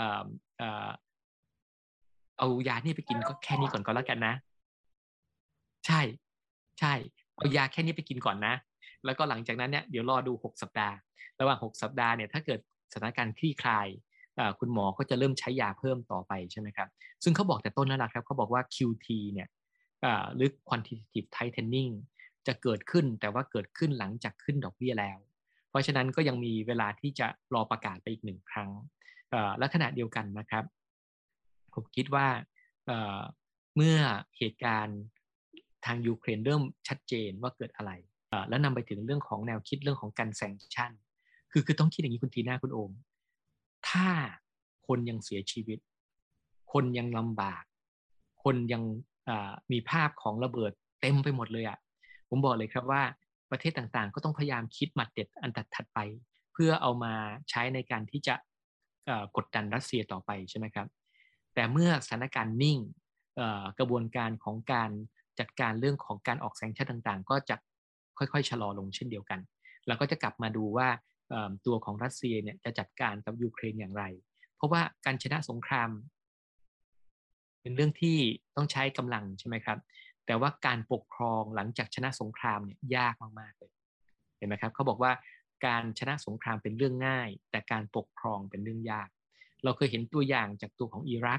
เอายานี่ไปกินก็แค่นี้ก่อนก็แล้วกันนะใช่เอายาแค่นี้ไปกินก่อนนะแล้วก็หลังจากนั้นเนี่ยเดี๋ยวรอดู6 สัปดาห์ระหว่าง6 สัปดาห์เนี่ยถ้าเกิดสถานการณ์คลี่คลายคุณหมอก็จะเริ่มใช้ยาเพิ่มต่อไปใช่ไหมครับซึ่งเขาบอกแต่ต้นแล้วนะครับเขาบอกว่า QT เนี่ยหรือ quantitative tightening จะเกิดขึ้นแต่ว่าเกิดขึ้นหลังจากขึ้นดอกเบี้ยแล้วเพราะฉะนั้นก็ยังมีเวลาที่จะรอประกาศไปอีก1 ครั้งและขณะเดียวกันนะครับผมคิดว่าเมื่อเหตุการณ์ทางยูเครนเริ่มชัดเจนว่าเกิดอะไรแล้วนำไปถึงเรื่องของแนวคิดเรื่องของการแซงชั่นคือต้องคิดอย่างนี้คุณทีน่าคุณโอมถ้าคนยังเสียชีวิตคนยังลำบากคนยังมีภาพของระเบิดเต็มไปหมดเลยผมบอกเลยครับว่าประเทศต่างๆก็ต้องพยายามคิดหมัดเด็ดอันถัดไปเพื่อเอามาใช้ในการที่จะกดดันรัสเซียต่อไปใช่ไหมครับแต่เมื่อสถานการณ์นิ่งกระบวนการของการจัดการเรื่องของการออกแซงชั่นต่างๆก็จะค่อยๆชะลอลงเช่นเดียวกันแล้วก็จะกลับมาดูว่าตัวของรัสเซียเนี่ยจะจัดการกับยูเครนอย่างไรเพราะว่าการชนะสงครามเป็นเรื่องที่ต้องใช้กำลังใช่ไหมครับแต่ว่าการปกครองหลังจากชนะสงครามเนี่ยยากมากๆเลยเห็นไหมครับเขาบอกว่าการชนะสงครามเป็นเรื่องง่ายแต่การปกครองเป็นเรื่องยากเราเคยเห็นตัวอย่างจากตัวของอิรัก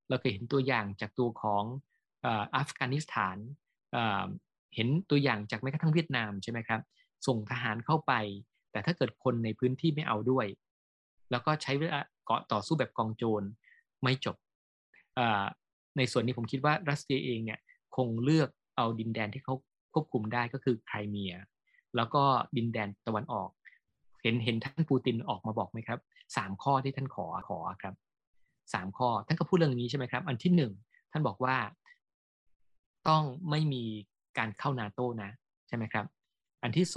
เราเคยเห็นตัวอย่างจากตัวของอัฟกานิสถานเห็นตัวอย่างจากแม้กระทั่งเวียดนามใช่ไหมครับส่งทหารเข้าไปแต่ถ้าเกิดคนในพื้นที่ไม่เอาด้วยแล้วก็ใช้เวลาเกาะต่อสู้แบบกองโจรไม่จบในส่วนนี้ผมคิดว่ารัสเซียเองเนี่ยคงเลือกเอาดินแดนที่เขาควบคุมได้ก็คือไครเมียแล้วก็ดินแดนตะวันออกเห็นท่านปูตินออกมาบอกไหมครับ3 ข้อที่ท่านขอครับ3 ข้อท่านก็พูดเรื่องนี้ใช่ไหมครับอันที่1ท่านบอกว่าต้องไม่มีการเข้านาโต้นะใช่ไหมครับอันที่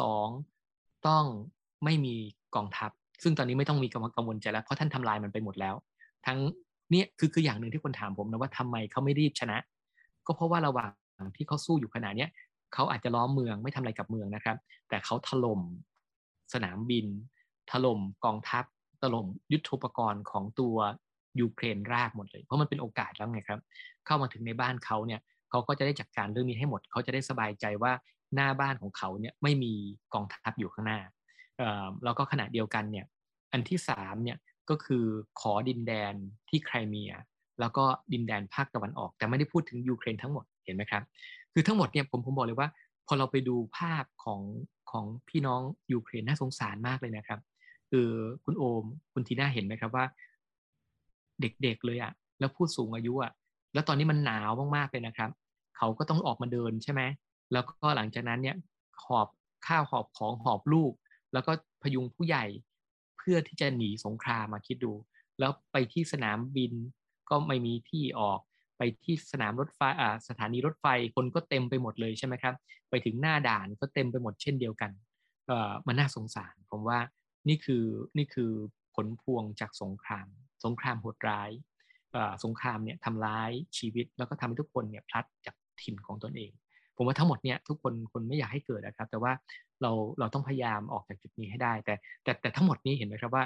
2ต้องไม่มีกองทัพซึ่งตอนนี้ไม่ต้องมีกังวลใจแล้วเพราะท่านทำลายมันไปหมดแล้วทั้งเนี่ยคืออย่างหนึ่งที่คนถามผมนะว่าทำไมเขาไม่รีบชนะก็เพราะว่าระหว่างที่เขาสู้อยู่ขนาดนี้เขาอาจจะล้อมเมืองไม่ทำอะไรกับเมืองนะครับแต่เขาถล่มสนามบินถล่มกองทัพถล่มยุทโธปกรณ์ของตัวยูเครนรากหมดเลยเพราะมันเป็นโอกาสแล้วไงครับเข้ามาถึงในบ้านเขาเนี่ยเขาก็จะได้จัดการเรื่องนี้ให้หมดเขาจะได้สบายใจว่าหน้าบ้านของเขาเนี่ยไม่มีกองทัพอยู่ข้างหน้าแล้วก็ขณะเดียวกันเนี่ยอันที่3เนี่ยก็คือขอดินแดนที่ไครเมียแล้วก็ดินแดนภาคตะวันออกแต่ไม่ได้พูดถึงยูเครนทั้งหมดเห็นไหมครับคือทั้งหมดเนี่ยผมบอกเลยว่าพอเราไปดูภาพของพี่น้องยูเครนน่าสงสารมากเลยนะครับคือคุณโอมคุณทีน่าเห็นไหมครับว่าเด็กๆเลยอ่ะแล้วผู้สูงอายุอ่ะแล้วตอนนี้มันหนาวมากๆเลยนะครับเขาก็ต้องออกมาเดินใช่ไหมแล้วก็หลังจากนั้นเนี่ยหอบข้าวหอบของหอบลูกแล้วก็พยุงผู้ใหญ่เพื่อที่จะหนีสงครามมาคิดดูแล้วไปที่สนามบินก็ไม่มีที่ออกไปที่สนามรถไฟสถานีรถไฟคนก็เต็มไปหมดเลยใช่ไหมครับไปถึงหน้าด่านก็เต็มไปหมดเช่นเดียวกันมันน่าสงสารผมว่านี่คือผลพวงจากสงครามโหดร้ายสงครามเนี่ยทำร้ายชีวิตแล้วก็ทำให้ทุกคนเนี่ยพลัดจากถิ่นของตนเองผมว่าทั้งหมดเนี่ยทุกคนไม่อยากให้เกิดนะครับแต่ว่าเราต้องพยายามออกจากจุดนี้ให้ได้แต่ทั้งหมดนี้เห็นไหมครับว่า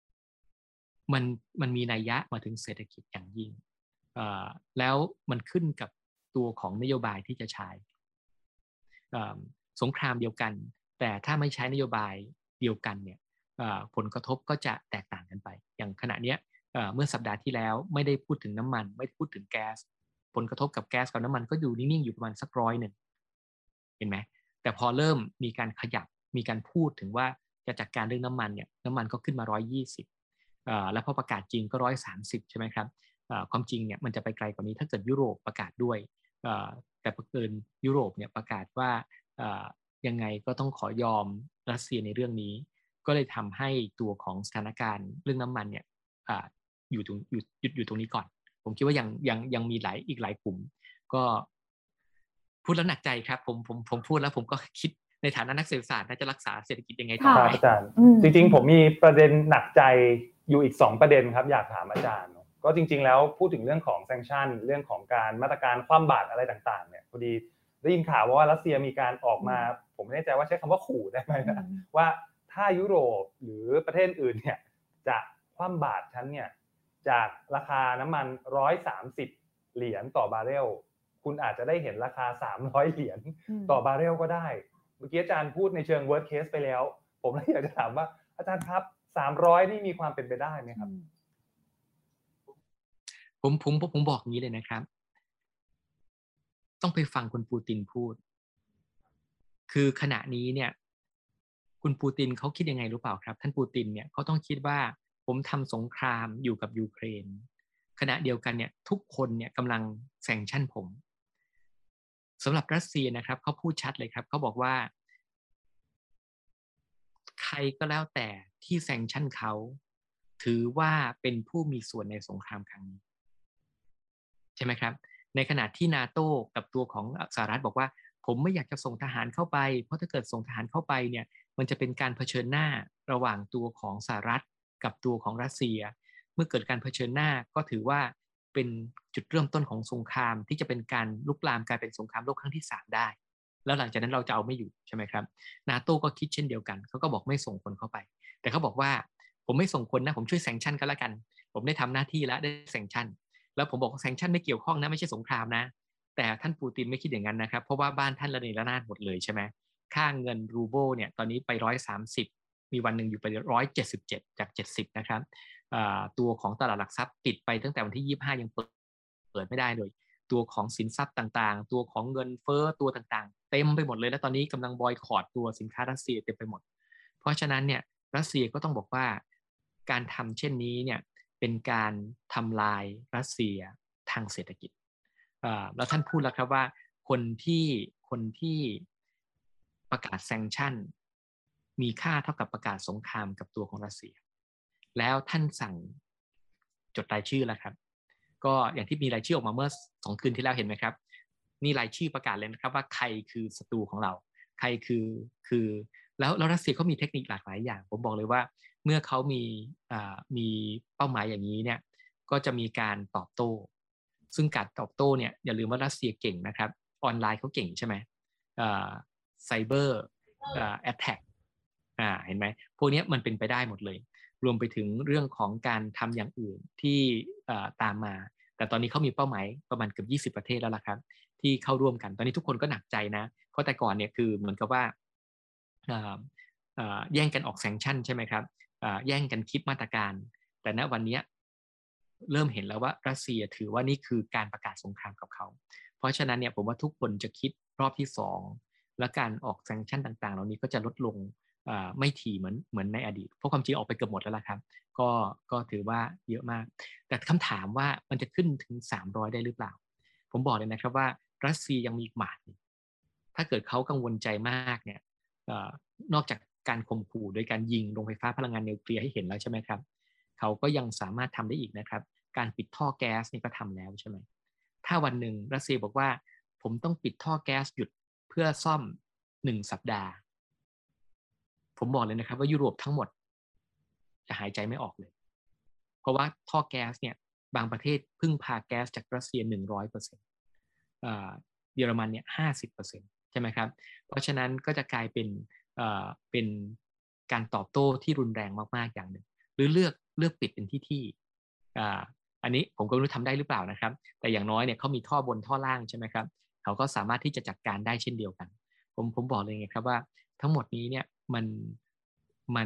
มันมีนัยยะมาถึงเศรษฐกิจอย่างยิ่งแล้วมันขึ้นกับตัวของนโยบายที่จะใช้สงครามเดียวกันแต่ถ้าไม่ใช้นโยบายเดียวกันเนี่ยผลกระทบก็จะแตกต่างกันไปอย่างขณะนี้เมื่อสัปดาห์ที่แล้วไม่ได้พูดถึงน้ำมันไม่ได้พูดถึงแก๊สผลกระทบกับแก๊สกับน้ำมันก็อยู่นิ่งๆอยู่ประมาณสัก100เห็นไหมแต่พอเริ่มมีการขยับมีการพูดถึงว่าจะจัดการเรื่องน้ำมันเนี่ยน้ำมันก็ขึ้นมา120แล้วพอประกาศจริงก็130ใช่ไหมครับความจริงเนี่ยมันจะไปไกลกว่านี้ถ้าเกิดยุโรปประกาศด้วยแต่เผอิญยุโรปเนี่ยประกาศว่ายังไงก็ต้องขอยอมรัสเซียในเรื่องนี้ก็เลยทำให้ตัวของสถานการณ์เรื่องน้ำมันเนี่ยอยู่ตรงนี้ก่อนผมคิดว่ายังมีอีกหลายกลุ่มก็พูดแล้วหนักใจครับผมพูดแล้วผมก็คิดในฐานะนักเศรษฐศาสตร์น่าจะรักษาเศรษฐกิจยังไงต่อไปอาจารย์จริงๆผมมีประเด็นหนักใจอยู่อีก2ประเด็นครับอยากถามอาจารย์ก็จริงๆแล้วพูดถึงเรื่องของแซงชั่นเรื่องของการมาตรการคว่ำบาตรอะไรต่างๆเนี่ยพอดีได้ยินข่าวว่ารัสเซียมีการออกมาผมไม่แน่ใจว่าใช้คำว่าขู่ได้ไหมนะว่าถ้ายุโรปหรือประเทศอื่นเนี่ยจะคว่ำบาตรชั้นเนี่ยจากราคาน้ำมัน130เหรียญต่อบาร์เรลคุณอาจจะได้เห็นราคา300เหรียญต่อบาร์เรลก็ได้เมื่อกี้อาจารย์พูดในเชิง worst case ไปแล้วผมเลยอยากจะถามว่าอาจารย์ครับ300นี่มีความเป็นไปได้ไหมครับผมบอกอย่างนี้เลยนะครับต้องไปฟังคุณปูตินพูดคือขณะนี้เนี่ยคุณปูตินเขาคิดยังไงรู้เปล่าครับท่านปูตินเนี่ยเขาต้องคิดว่าผมทำสงครามอยู่กับยูเครนขณะเดียวกันเนี่ยทุกคนเนี่ยกำลังแซงชั่นผมสำหรับรัสเซียนะครับเขาพูดชัดเลยครับเขาบอกว่าใครก็แล้วแต่ที่แซงชั่นเขาถือว่าเป็นผู้มีส่วนในสงครามครั้งนี้ใช่ไหมครับในขณะที่นาโต้กับตัวของสหรัฐบอกว่าผมไม่อยากจะส่งทหารเข้าไปเพราะถ้าเกิดส่งทหารเข้าไปเนี่ยมันจะเป็นการเผชิญหน้าระหว่างตัวของสหรัฐกับตัวของรัสเซียเมื่อเกิดการเผชิญหน้าก็ถือว่าเป็นจุดเริ่มต้นของสงครามที่จะเป็นการลุกลามกลายเป็นสงครามโลกครั้งที่3ได้แล้วหลังจากนั้นเราจะเอาไม่อยู่ใช่ไหมครับนาโต้ก็คิดเช่นเดียวกันเขาก็บอกไม่ส่งคนเข้าไปแต่เขาบอกว่าผมไม่ส่งคนนะผมช่วยแซงชั่นก็แล้วกันผมได้ทำหน้าที่แล้วได้แซงชั่นแล้วผมบอกว่าแซงชั่นไม่เกี่ยวข้องนะไม่ใช่สงครามนะแต่ท่านปูตินไม่คิดอย่างนั้นนะครับเพราะว่าบ้านท่านระเนระนาดหมดเลยใช่ไหมค่าเงินรูเบิลเนี่ยตอนนี้ไป130มีวันหนึ่งอยู่ไป177จาก70นะครับตัวของตลาดหลักทรัพย์ปิดไปตั้งแต่วันที่25ยังเปิดปิดไม่ได้เลยตัวของสินทรัพย์ต่างๆตัวของเงินเฟ้อตัวต่างๆเต็มไปหมดเลยและตอนนี้กำลังบอยคอตตัวสินค้ารัสเซียเต็มไปหมดเพราะฉะนั้นเนี่ยรัสเซียก็ต้องบอกว่าการทำเช่นนี้เนี่ยเป็นการทำลายรัสเซียทางเศรษฐกิจแล้วท่านพูดแล้วครับว่าคนที่ประกาศแซงชั่นมีค่าเท่ากับประกาศสงครามกับตัวของรัสเซียแล้วท่านสั่งจดรายชื่อแล้วครับก็อย่างที่มีรายชื่อออกมาเมื่อ2 คืนที่แล้วเห็นไหมครับนี่รายชื่อประกาศเลยนะครับว่าใครคือศัตรูของเราใครคือแล้วรัสเซียเขามีเทคนิคหลากหลายอย่างผมบอกเลยว่าเมื่อเขามีเป้าหมายอย่างนี้เนี่ยก็จะมีการตอบโต้ซึ่งการตอบโต้เนี่ยอย่าลืมว่ารัสเซียเก่งนะครับออนไลน์เขาเก่งใช่ไหมไซเบอร์แอทแทกเห็นไหมพวกนี้มันเป็นไปได้หมดเลยรวมไปถึงเรื่องของการทำอย่างอื่นที่ตามมาแต่ตอนนี้เขามีเป้าหมายประมาณเกือบ20 ประเทศแล้วล่ะครับที่เข้าร่วมกันตอนนี้ทุกคนก็หนักใจนะเพราะแต่ก่อนเนี่ยคือเหมือนกับว่าแย่งกันออกแซงชั่นใช่ไหมครับแย่งกันคิดมาตรการแต่ณวันนี้เริ่มเห็นแล้วว่ารัสเซียถือว่านี่คือการประกาศสงครามกับเขาเพราะฉะนั้นเนี่ยผมว่าทุกคนจะคิดรอบที่2และการออกแซงชั่นต่างๆเหล่านี้ก็จะลดลงไม่ถี่เหมือนในอดีตเพราะความจริงออกไปเกือบหมดแล้วล่ะครับก็ถือว่าเยอะมากแต่คำถามว่ามันจะขึ้นถึง300ได้หรือเปล่าผมบอกเลยนะครับว่ารัสเซียยังมีอีกหมาดถ้าเกิดเขากังวลใจมากเนี่ยนอกจากการข่มขู่โดยการยิงโรงไฟฟ้าพลังงานนิวเคลียร์ให้เห็นแล้วใช่ไหมครับเขาก็ยังสามารถทำได้อีกนะครับการปิดท่อแก๊สนี่ก็ทำแล้วใช่ไหมถ้าวันหนึ่งรัสเซียบอกว่าผมต้องปิดท่อแก๊สหยุดเพื่อซ่อม1 สัปดาห์ผมบอกเลยนะครับว่ายุโรปทั้งหมดจะหายใจไม่ออกเลยเพราะว่าท่อแก๊สเนี่ยบางประเทศพึ่งพาแก๊สจากรัสเซีย 100%เยอรมันเนี่ย 50% ใช่ไหมครับเพราะฉะนั้นก็จะกลายเป็นการตอบโต้ที่รุนแรงมากๆอย่างหนึ่งหรือเลือกปิดเป็นที่อันนี้ผมก็ไม่รู้ทำได้หรือเปล่านะครับแต่อย่างน้อยเนี่ยเขามีท่อบนท่อล่างใช่ไหมครับเขาก็สามารถที่จะจัดการได้เช่นเดียวกันผมบอกเลยไงครับว่าทั้งหมดนี้เนี่ยมัน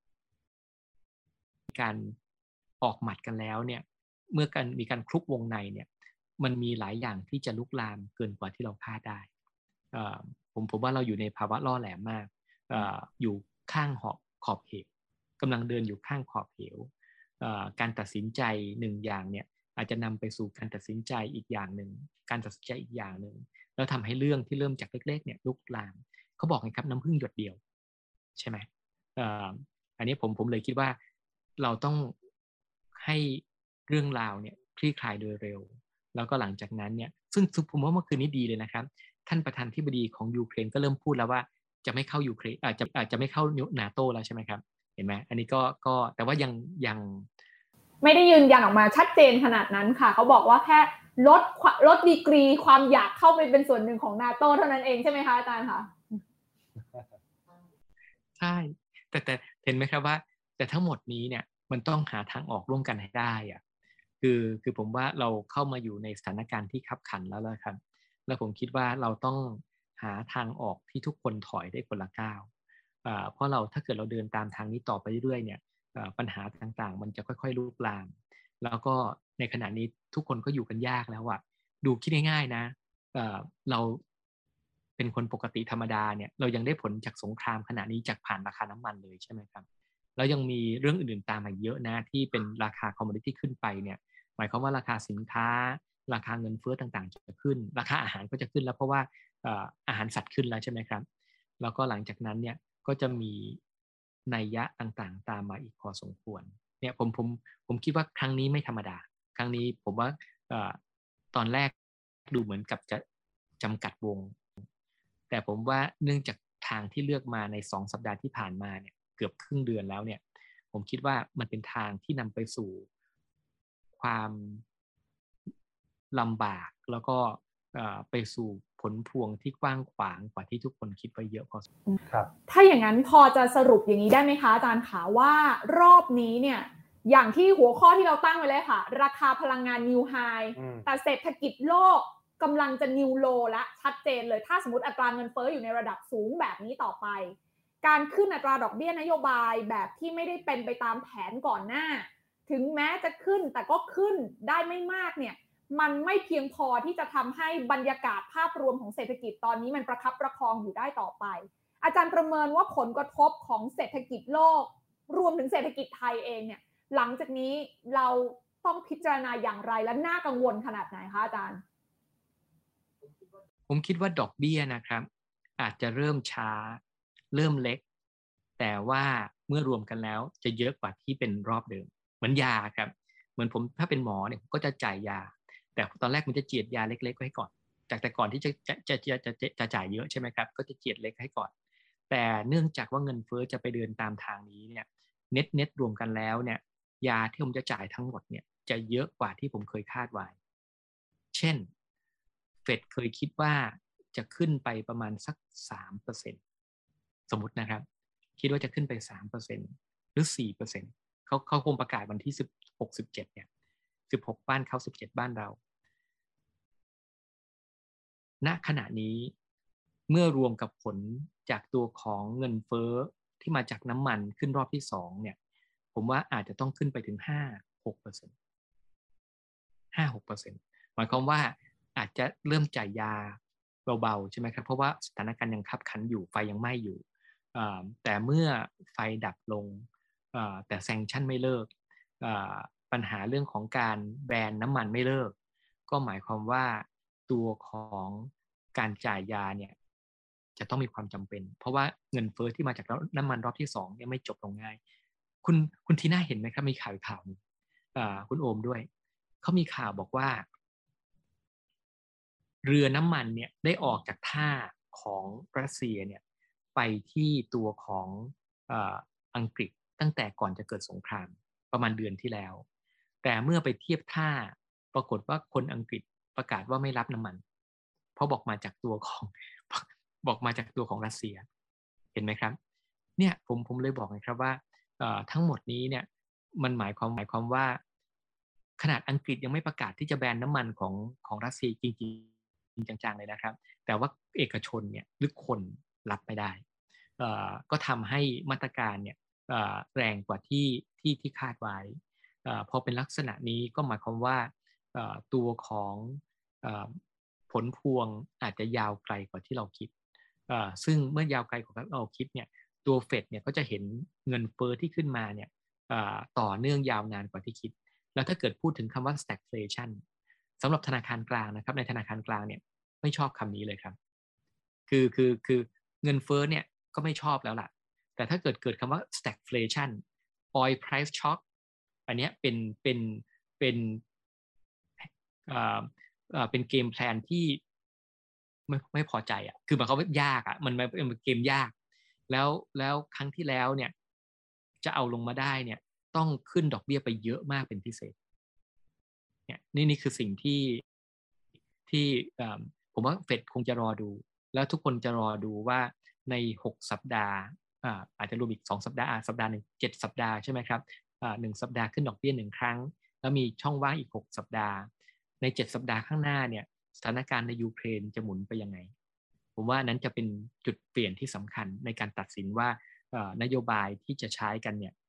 การออกหมัดกันแล้วเนี่ยเมื่อมีการคลุกวงในเนี่ยมันมีหลายอย่างที่จะลุกลามเกินกว่าที่เราคาดได้ผมว่าเราอยู่ในภาวะล่อแหลมมากอยู่ข้างขอบเหวกำลังเดินอยู่ข้างขอบเหวการตัดสินใจ1อย่างเนี่ยอาจจะนำไปสู่การตัดสินใจอีกอย่างหนึ่งการตัดสินใจอีกอย่างหนึ่งแล้วทำให้เรื่องที่เริ่มจากเล็กๆเนี่ยลุกลามเขาบอกไงครับน้ำผึ้งหยดเดียวใช่ไหมอันนี้ผมเลยคิดว่าเราต้องให้เรื่องราวเนี่ยคลี่คลายโดยเร็วแล้วก็หลังจากนั้นเนี่ยซึ่งผมว่าเมื่อคืนนี้ดีเลยนะครับท่านประธานธิบดีของยูเครนก็เริ่มพูดแล้วว่าจะไม่เข้ายูเครนจะไม่เข้านาโต้แล้วใช่ไหมครับเห็นไหมอันนี้ก็แต่ว่ายังไม่ได้ยืนยันออกมาชัดเจนขนาดนั้นค่ะเขาบอกว่าแค่ลดดีกรีความอยากเข้าไปเป็นส่วนหนึ่งของนาโต้เท่านั้นเองใช่ไหมคะอาจารย์คะใช่แต่เห็นไหมครับว่าแต่ทั้งหมดนี้เนี่ยมันต้องหาทางออกร่วมกันให้ได้อะคือผมว่าเราเข้ามาอยู่ในสถานการณ์ที่คับขันแล้วล่ะครับแล้วผมคิดว่าเราต้องหาทางออกที่ทุกคนถอยได้คนละก้าวเพราะถ้าเกิดเราเดินตามทางนี้ต่อไปเรื่อยๆเนี่ยปัญหาต่างๆมันจะค่อยๆลุกลามแล้วก็ในขณะนี้ทุกคนก็อยู่กันยากแล้วอะดูคิดง่ายๆนะเราเป็นคนปกติธรรมดาเนี่ยเรายังได้ผลจากสงครามขณะนี้จากผ่านราคาน้ำมันเลยใช่ไหมครับแล้วยังมีเรื่องอื่นๆตามมาเยอะนะที่เป็นราคาคอมมูนิตี้ขึ้นไปเนี่ยหมายความว่าราคาสินค้าราคาเงินเฟ้อต่างๆจะขึ้นราคาอาหารก็จะขึ้นแล้วเพราะว่าอาหารสัตว์ขึ้นแล้วใช่ไหมครับแล้วก็หลังจากนั้นเนี่ยก็จะมีนัยยะต่างๆตามมาอีกพอสมควรเนี่ยผมคิดว่าครั้งนี้ไม่ธรรมดาครั้งนี้ผมว่าตอนแรกดูเหมือนกับจะจำกัดวงแต่ผมว่าเนื่องจากทางที่เลือกมาใน2 สัปดาห์ที่ผ่านมาเนี่ยเกือบครึ่งเดือนแล้วเนี่ยผมคิดว่ามันเป็นทางที่นำไปสู่ความลำบากแล้วก็ไปสู่ผลพวงที่กว้างขวางกว่าที่ทุกคนคิดไว้เยอะพอสมควรครับถ้าอย่างนั้นพอจะสรุปอย่างนี้ได้ไหมคะอาจารย์คะว่ารอบนี้เนี่ยอย่างที่หัวข้อที่เราตั้งไว้เลยค่ะราคาพลังงานนิวไฮแต่เศรษฐกิจโลกกำลังจะนิวโลและชัดเจนเลยถ้าสมมติอัตราเงินเฟ้ออยู่ในระดับสูงแบบนี้ต่อไปการขึ้นอัตราดอกเบี้ยนโยบายแบบที่ไม่ได้เป็นไปตามแผนก่อนหน้าถึงแม้จะขึ้นแต่ก็ขึ้นได้ไม่มากเนี่ยมันไม่เพียงพอที่จะทำให้บรรยากาศภาพรวมของเศรษฐกิจตอนนี้มันประคับประคองอยู่ได้ต่อไปอาจารย์ประเมินว่าผลกระทบของเศรษฐกิจโลกรวมถึงเศรษฐกิจไทยเองเนี่ยหลังจากนี้เราต้องพิจารณาอย่างไรและน่ากังวลขนาดไหนคะอาจารย์ผมคิดว่าดอกเบี้ยนะครับอาจจะเริ่มช้าเริ่มเล็กแต่ว่าเมื่อรวมกันแล้วจะเยอะกว่าที่เป็นรอบเดิมเหมือนยาครับเหมือนผมถ้าเป็นหมอเนี่ยก็จะจ่ายยาแต่ตอนแรกมันจะเจียดยาเล็กๆไว้ก่อนจากแต่ก่อนที่จะจ่ายเยอะใช่ไหมครับก็จะเจียดเล็กให้ก่อนแต่เนื่องจากว่าเงินเฟ้อจะไปเดินตามทางนี้เนี่ยเน็ตรวมกันแล้วเนี่ยยาที่ผมจะจ่ายทั้งหมดเนี่ยจะเยอะกว่าที่ผมเคยคาดไว้เช่นเฟดเคยคิดว่าจะขึ้นไปประมาณสัก 3% สมมตินะครับคิดว่าจะขึ้นไป 3% หรือ 4% เขาคงประกาศวันที่16 17เนี่ย16บ้านเขา17บ้านเราณขณะนี้เมื่อรวมกับผลจากตัวของเงินเฟ้อที่มาจากน้ำมันขึ้นรอบที่2เนี่ยผมว่าอาจจะต้องขึ้นไปถึง 5-6% 5-6% หมายความว่าอาจจะเริ่มจ่ายยาเบาๆใช่ไหมครับเพราะว่าสถานการณ์ยังคับขันอยู่ไฟยังไหม้อยู่แต่เมื่อไฟดับลงแต่แซงชั่นไม่เลิกปัญหาเรื่องของการแบนน้ำมันไม่เลิกก็หมายความว่าตัวของการจ่ายยาเนี่ยจะต้องมีความจำเป็นเพราะว่าเงินเฟ้อที่มาจากน้ำมันรอบที่2เนี่ยไม่จบลงง่ายคุณทีน่าเห็นไหมครับมีข่าวนึงคุณโอมด้วยเขามีข่าวบอกว่าเรือน้ำมันเนี่ยได้ออกจากท่าของรัสเซียเนี่ยไปที่ตัวของอังกฤษตั้งแต่ก่อนจะเกิดสงครามประมาณเดือนที่แล้วแต่เมื่อไปเทียบท่าปรากฏว่าคนอังกฤษประกาศว่าไม่รับน้ำมันเพราะบอกมาจากตัวของรัสเซียเห็นไหมครับเนี่ยผมเลยบอกไงครับว่าทั้งหมดนี้เนี่ยมันหมายความว่าขนาดอังกฤษยังไม่ประกาศที่จะแบนน้ำมันของรัสเซียจริงๆจังๆเลยนะครับแต่ว่าเอกชนเนี่ยหรือคนรับไม่ได้ก็ทำให้มาตรการเนี่ยแรงกว่าที่คาดไว้พอเป็นลักษณะนี้ก็หมายความว่าตัวของผลพวงอาจจะยาวไกลกว่าที่เราคิดซึ่งเมื่อยาวไกลกว่าที่เราคิดเนี่ยตัวเฟดเนี่ยก็จะเห็นเงินเฟ้อที่ขึ้นมาเนี่ยต่อเนื่องยาวนานกว่าที่คิดแล้วถ้าเกิดพูดถึงคำว่า stagflation สำหรับธนาคารกลางนะครับในธนาคารกลางเนี่ยไม่ชอบคำนี้เลยครับคือเงินเฟ้อเนี่ยก็ไม่ชอบแล้วล่ะแต่ถ้าเกิดคำว่า stagflation oil price shock อันนี้เป็นเกมแพลนที่ไม่พอใจอ่ะคือหมายความว่ายากอ่ะมันเป็นเกมยากแล้วครั้งที่แล้วเนี่ยจะเอาลงมาได้เนี่ยต้องขึ้นดอกเบี้ยไปเยอะมากเป็นพิเศษเนี่ยนี่คือสิ่งที่ผมว่าเฟดคงจะรอดูแล้วทุกคนจะรอดูว่าใน6สัปดาห์อาจจะรวมอีก2สัปดาห์สัปดาห์นึง7สัปดาห์ใช่ไหมครับ1สัปดาห์ขึ้นดอกเบี้ย1ครั้งแล้วมีช่องว่างอีก6สัปดาห์ใน7สัปดาห์ข้างหน้าเนี่ยสถานการณ์ในยูเครนจะหมุนไปยังไงผมว่านั้นจะเป็นจุดเปลี่ยนที่สำคัญในการตัดสินว่านโยบายที่จะใช้กันเนี่ย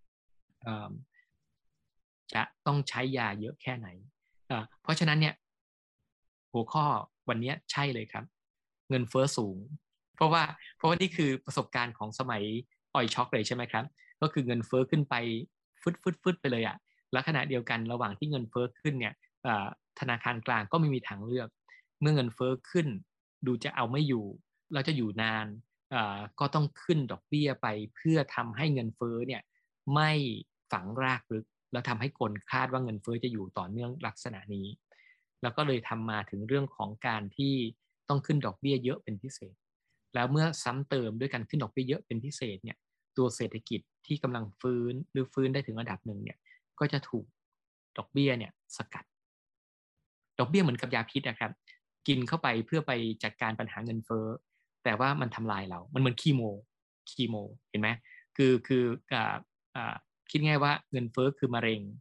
จะต้องใช้ยาเยอะแค่ไหนเพราะฉะนั้นเนี่ยหัวข้อวันนี้ใช่เลยครับเงินเฟ้อสูงเพราะว่านี่คือประสบการณ์ของสมัยออยช็อคเลยใช่ไหมครับก็คือเงินเฟ้อขึ้นไปฟึดไปเลยอ่ะแล้วขณะเดียวกันระหว่างที่เงินเฟ้อขึ้นเนี่ยธนาคารกลางก็ไม่มีทางเลือกเมื่อเงินเฟ้อขึ้นดูจะเอาไม่อยู่เราจะอยู่นานก็ต้องขึ้นดอกเบี้ยไปเพื่อทำให้เงินเฟ้อเนี่ยไม่ฝังรากลึกแล้วทำให้คนคาดว่าเงินเฟ้อจะอยู่ต่อเนื่องลักษณะนี้แล้วก็เลยทำมาถึงเรื่องของการที่ต้องขึ้นดอกเบี้ยเยอะเป็นพิเศษแล้วเมื่อซ้ำเติมด้วยการขึ้นดอกเบี้ยเยอะเป็นพิเศษเนี่ยตัวเศรษฐกิจที่กำลังฟื้นได้ถึงระดับหนึ่งเนี่ยก็จะถูกดอกเบี้ยเนี่ยสกัดดอกเบี้ยเหมือนกับยาพิษนะครับกินเข้าไปเพื่อไปจัดการปัญหาเงินเฟ้อแต่ว่ามันทำลายเรามันเหมือนคีโมเห็นไหมคือคิดง่ายว่าเงินเฟ้อคือมะเร็ง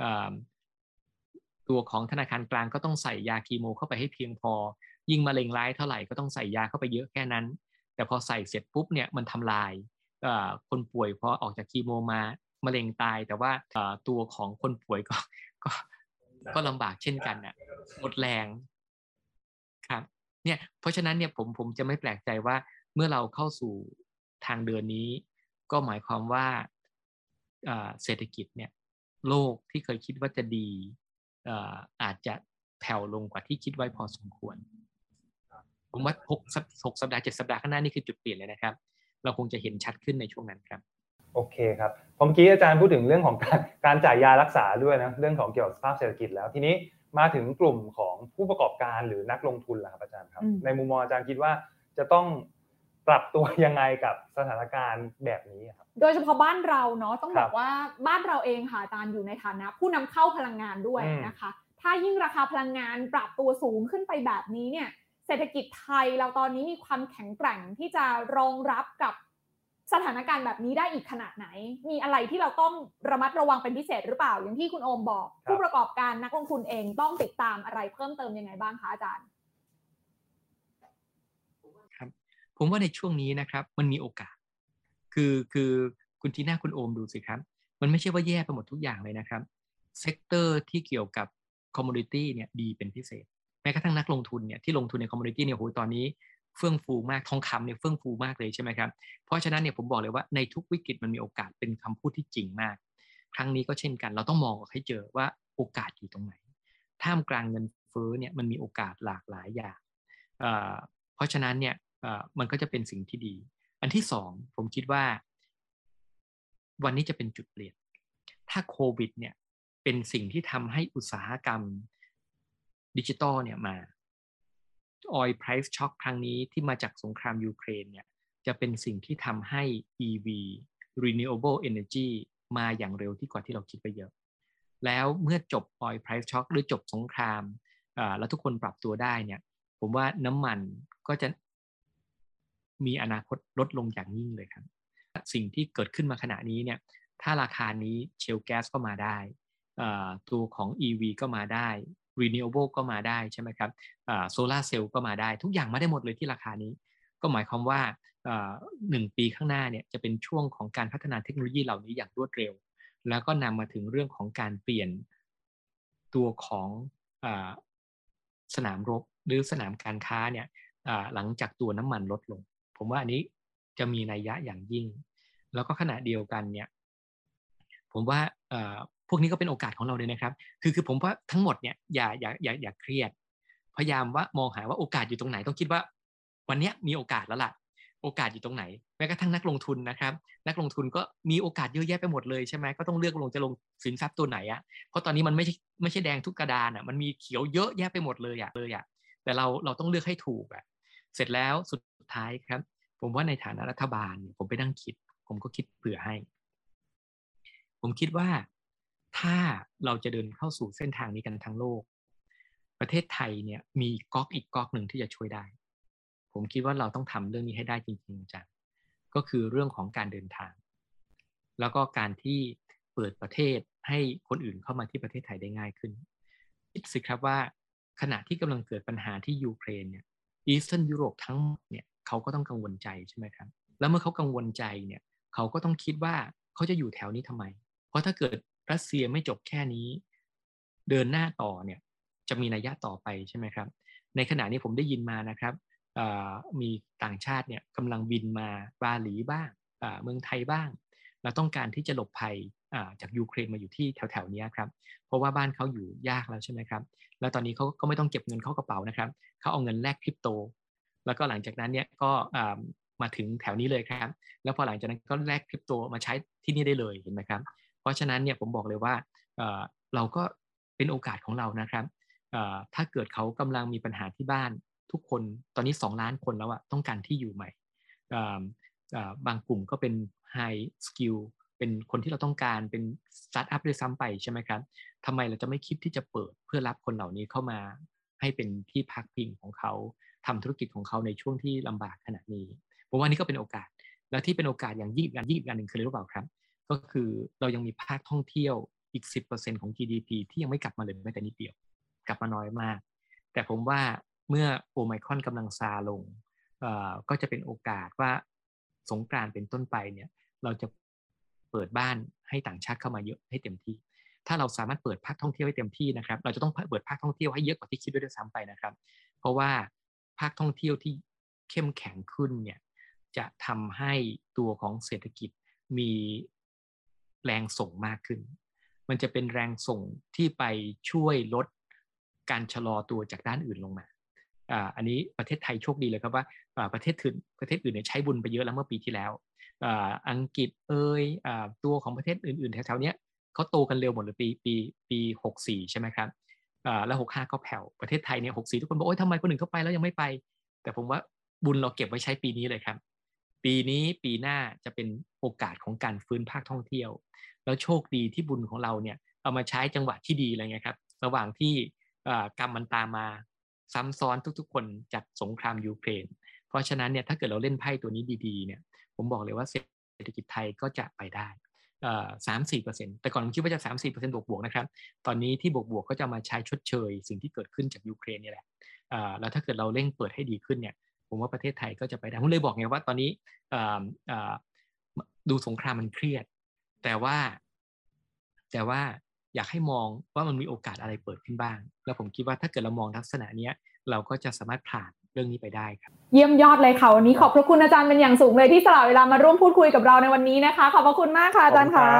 ตัวของธนาคารกลางก็ต้องใส่ยาคีโมเข้าไปให้เพียงพอยิ่งมะเร็งร้ายเท่าไหร่ก็ต้องใส่ยาเข้าไปเยอะแค่นั้นแต่พอใส่เสร็จปุ๊บเนี่ยมันทำลายคนป่วยพอออกจากคีโมมามะเร็งตายแต่ว่าตัวของคนป่วยก็ก็ลำบากเช่นกันน่ะหมดแรงครับเนี่ยเพราะฉะนั้นเนี่ยผมจะไม่แปลกใจว่าเมื่อเราเข้าสู่ทางเดินนี้ก็หมายความว่าเศรษฐกิจเนี่ยโลกที่เคยคิดว่าจะดีอาจจะแผ่วลงกว่าที่คิดไว้พอสมควรผมว่า6 สัปดาห์7 สัปดาห์ข้างหน้านี่คือจุดเปลี่ยนเลยนะครับเราคงจะเห็นชัดขึ้นในช่วงนั้นครับโอเคครับเมื่อกี้อาจารย์พูดถึงเรื่องของการจ่ายยารักษาด้วยนะเรื่องของเกี่ยวกับสภาพเศรษฐกิจแล้วทีนี้มาถึงกลุ่มของผู้ประกอบการหรือนักลงทุนล่ะครับอาจารย์ครับในมุมมองอาจารย์คิดว่าจะต้องปรับตัวยังไงกับสถานการณ์แบบนี้ครับโดยเฉพาะบ้านเราเนาะต้องบอกว่าบ้านเราเองค่ะอาจารย์อยู่ในฐานะผู้นำเข้าพลังงานด้วยนะคะถ้ายิ่งราคาพลังงานปรับตัวสูงขึ้นไปแบบนี้เนี่ยเศรษฐกิจไทยเราตอนนี้มีความแข็งแกร่งที่จะรองรับกับสถานการณ์แบบนี้ได้อีกขนาดไหนมีอะไรที่เราต้องระมัดระวังเป็นพิเศษหรือเปล่าอย่างที่คุณโอมบอกผู้ประกอบการนักลงทุนเองต้องติดตามอะไรเพิ่มเติมยังไงบ้างคะอาจารย์ครับผมว่าในช่วงนี้นะครับมันมีโอกาสคือคุณทีน่าคุณโอมดูสิครับมันไม่ใช่ว่าแย่ไปหมดทุกอย่างเลยนะครับเซกเตอร์ที่เกี่ยวกับคอมมูนิตี้เนี่ยดีเป็นพิเศษแม้กระทั่งนักลงทุนเนี่ยที่ลงทุนในคอมมูนิตี้เนี่ยโหตอนนี้เฟื่องฟูมากทองคำเนี่ยเฟื่องฟูมากเลยใช่ไหมครับเพราะฉะนั้นเนี่ยผมบอกเลยว่าในทุกวิกฤตมันมีโอกาสเป็นคำพูดที่จริงมากครั้งนี้ก็เช่นกันเราต้องมองให้เจอว่าโอกาสอยู่ตรงไหนท่ามกลางเงินเฟ้อเนี่ยมันมีโอกาสหลากหลายอย่างเพราะฉะนั้นเนี่ยมันก็จะเป็นสิ่งที่ดีอันที่สองผมคิดว่าวันนี้จะเป็นจุดเปลี่ยนถ้าโควิดเนี่ยเป็นสิ่งที่ทำให้อุตสาหกรรมดิจิตอลเนี่ยมา Oil Price Shock ครั้งนี้ที่มาจากสงครามยูเครนเนี่ยจะเป็นสิ่งที่ทำให้ EV Renewable Energy มาอย่างเร็วที่กว่าที่เราคิดไปเยอะแล้วเมื่อจบ Oil Price Shock หรือจบสงครามแล้วทุกคนปรับตัวได้เนี่ยผมว่าน้ำมันก็จะมีอนาคตลดลงอย่างยิ่งเลยครับสิ่งที่เกิดขึ้นมาขณะนี้เนี่ยถ้าราคานี้เชลแก๊สก็มาได้ตัวของ EV ก็มาได้ Renewable ก็มาได้ใช่ไหมครับโซลาร์เซลล์ก็มาได้ทุกอย่างมาได้หมดเลยที่ราคานี้ก็หมายความว่า1 ปีข้างหน้าเนี่ยจะเป็นช่วงของการพัฒนาเทคโนโลยีเหล่านี้อย่างรวดเร็วแล้วก็นำมาถึงเรื่องของการเปลี่ยนตัวของสนามรบหรือสนามการค้าเนี่ยหลังจากตัวน้ำมันลดลงผมว่าอันนี้จะมีนัยยะอย่างยิ่งแล้วก็ขณะเดียวกันเนี่ยผมว่าพวกนี้ก็เป็นโอกาสของเราเลยนะครับคือผมว่าทั้งหมดเนี่ยอย่าเครียดพยายามว่ามองหาว่าโอกาสอยู่ตรงไหนต้องคิดว่าวันนี้มีโอกาสแล้วล่ะโอกาสอยู่ตรงไหนแม้กระทั่งนักลงทุนนะครับนักลงทุนก็มีโอกาสเยอะแยะไปหมดเลยใช่ไหมก็ต้องเลือกจะลงสินทรัพย์ตัวไหนอะเพราะตอนนี้มันไม่ใช่แดงทุกกระดานอะมันมีเขียวเยอะแยะไปหมดเลยอะแต่เราต้องเลือกให้ถูกอะเสร็จแล้วสุดท้ายครับผมว่าในฐานะรัฐบาลผมไปนั่งคิดผมก็คิดเผื่อให้ผมคิดว่าถ้าเราจะเดินเข้าสู่เส้นทางนี้กันทั้งโลกประเทศไทยเนี่ยมีก๊อกอีกก๊อกหนึ่งที่จะช่วยได้ผมคิดว่าเราต้องทำเรื่องนี้ให้ได้จริงๆจังก็คือเรื่องของการเดินทางแล้วก็การที่เปิดประเทศให้คนอื่นเข้ามาที่ประเทศไทยได้ง่ายขึ้นคิดสิครับว่าขณะที่กำลังเกิดปัญหาที่ยูเครนเนี่ยอีสเทิร์นยุโรปทั้งหมดเนี่ยเขาก็ต้องกังวลใจใช่ไหมครับแล้วเมื่อเขากังวลใจเนี่ยเขาก็ต้องคิดว่าเขาจะอยู่แถวนี้ทำไมเพราะถ้าเกิดรัสเซียไม่จบแค่นี้เดินหน้าต่อเนี่ยจะมีนัยยะต่อไปใช่ไหมครับในขณะนี้ผมได้ยินมานะครับมีต่างชาติเนี่ยกำลังบินมาบาหลีบ้างเมืองไทยบ้างเราต้องการที่จะหลบภัยจากยูเครนมาอยู่ที่แถวๆนี้ครับเพราะว่าบ้านเขาอยู่ยากแล้วใช่ไหมครับแล้วตอนนี้เขาก็ไม่ต้องเก็บเงินเข้ากระเป๋านะครับเขาเอาเงินแลกคริปโตแล้วก็หลังจากนั้นเนี่ยก็มาถึงแถวนี้เลยครับแล้วพอหลังจากนั้นก็แลกคริปโตมาใช้ที่นี่ได้เลยเห็นไหมครับเพราะฉะนั้นเนี่ยผมบอกเลยว่าเราก็เป็นโอกาสของเรานะครับถ้าเกิดเขากำลังมีปัญหาที่บ้านทุกคนตอนนี้2 ล้านคนแล้วต้องการที่อยู่ใหม่บางกลุ่มก็เป็น high skill เป็นคนที่เราต้องการเป็นสตาร์ทอัพด้วยซ้ำไปใช่ไหมครับทำไมเราจะไม่คิดที่จะเปิดเพื่อรับคนเหล่านี้เข้ามาให้เป็นที่พักพิงของเขาทำธุรกิจของเขาในช่วงที่ลำบากขนาดนี้ผมว่านี่ก็เป็นโอกาสและที่เป็นโอกาสอย่างยิ่งอีกอันหนึ่งคืออะไรรู้เปล่าครับก็คือเรายังมีภาคท่องเที่ยวอีก 10% ของ GDP ที่ยังไม่กลับมาเลยแม้แต่นิดเดียวกลับมาน้อยมากแต่ผมว่าเมื่อโอไมครอนกำลังซาลงก็จะเป็นโอกาสว่าสงกรานต์เป็นต้นไปเนี่ยเราจะเปิดบ้านให้ต่างชาติเข้ามาเยอะให้เต็มที่ถ้าเราสามารถเปิดภาคท่องเที่ยวให้เต็มที่นะครับเราจะต้องเปิดภาคท่องเที่ยวให้เยอะกว่าที่คิดด้วยซ้ำไปนะครับเพราะว่าภาคท่องเที่ยวที่เข้มแข็งขึ้นเนี่ยจะทำให้ตัวของเศรษฐกิจมีแรงส่งมากขึ้นมันจะเป็นแรงส่งที่ไปช่วยลดการชะลอตัวจากด้านอื่นลงมาอันนี้ประเทศไทยโชคดีเลยครับว่าประเทศอื่นเนี่ยใช้บุญไปเยอะแล้วเมื่อปีที่แล้วอังกฤษตัวของประเทศอื่นๆแถวๆนี้เขาโตกันเร็วหมดเลยปี64ใช่ไหมครับแล้ว65ก็แผ่วประเทศไทยเนี่ย64ทุกคนบอกโอ๊ยทำไมคนอื่นเขาไปแล้วยังไม่ไปแต่ผมว่าบุญเราเก็บไว้ใช้ปีนี้เลยครับปีนี้ปีหน้าจะเป็นโอกาสของการฟื้นภาคท่องเที่ยวแล้วโชคดีที่บุญของเราเนี่ยเอามาใช้จังหวะที่ดีอะไรเงี้ยครับระหว่างที่กรรมมันตามมาซ้ำซ้อนทุกๆคนจากสงครามยูเครนเพราะฉะนั้นเนี่ยถ้าเกิดเราเล่นไพ่ตัวนี้ดีๆเนี่ยผมบอกเลยว่าเศรษฐกิจไทยก็จะไปได้3-4% แต่ก่อนผมคิดว่าจะ 3-4% บวกๆนะครับตอนนี้ที่บวกๆก็จะมาใช้ชดเชยสิ่งที่เกิดขึ้นจากยูเครนนี่แหละแล้วถ้าเกิดเราเร่งเปิดให้ดีขึ้นเนี่ยผมว่าประเทศไทยก็จะไปได้ผมเลยบอกไงว่าตอนนี้ดูสงครามมันเครียดแต่ว่าอยากให้มองว่ามันมีโอกาสอะไรเปิดขึ้นบ้างแล้วผมคิดว่าถ้าเกิดเรามองลักษณะนี้เราก็จะสามารถผ่านเรื่องนี้ไปได้ครับเยี่ยมยอดเลยค่ะวันนี้ขอบพระคุณอาจารย์เป็นอย่างสูงเลยที่สละเวลามาร่วมพูดคุยกับเราในวันนี้นะคะขอบพระคุณมากค่ะอาจารย์ค่ะ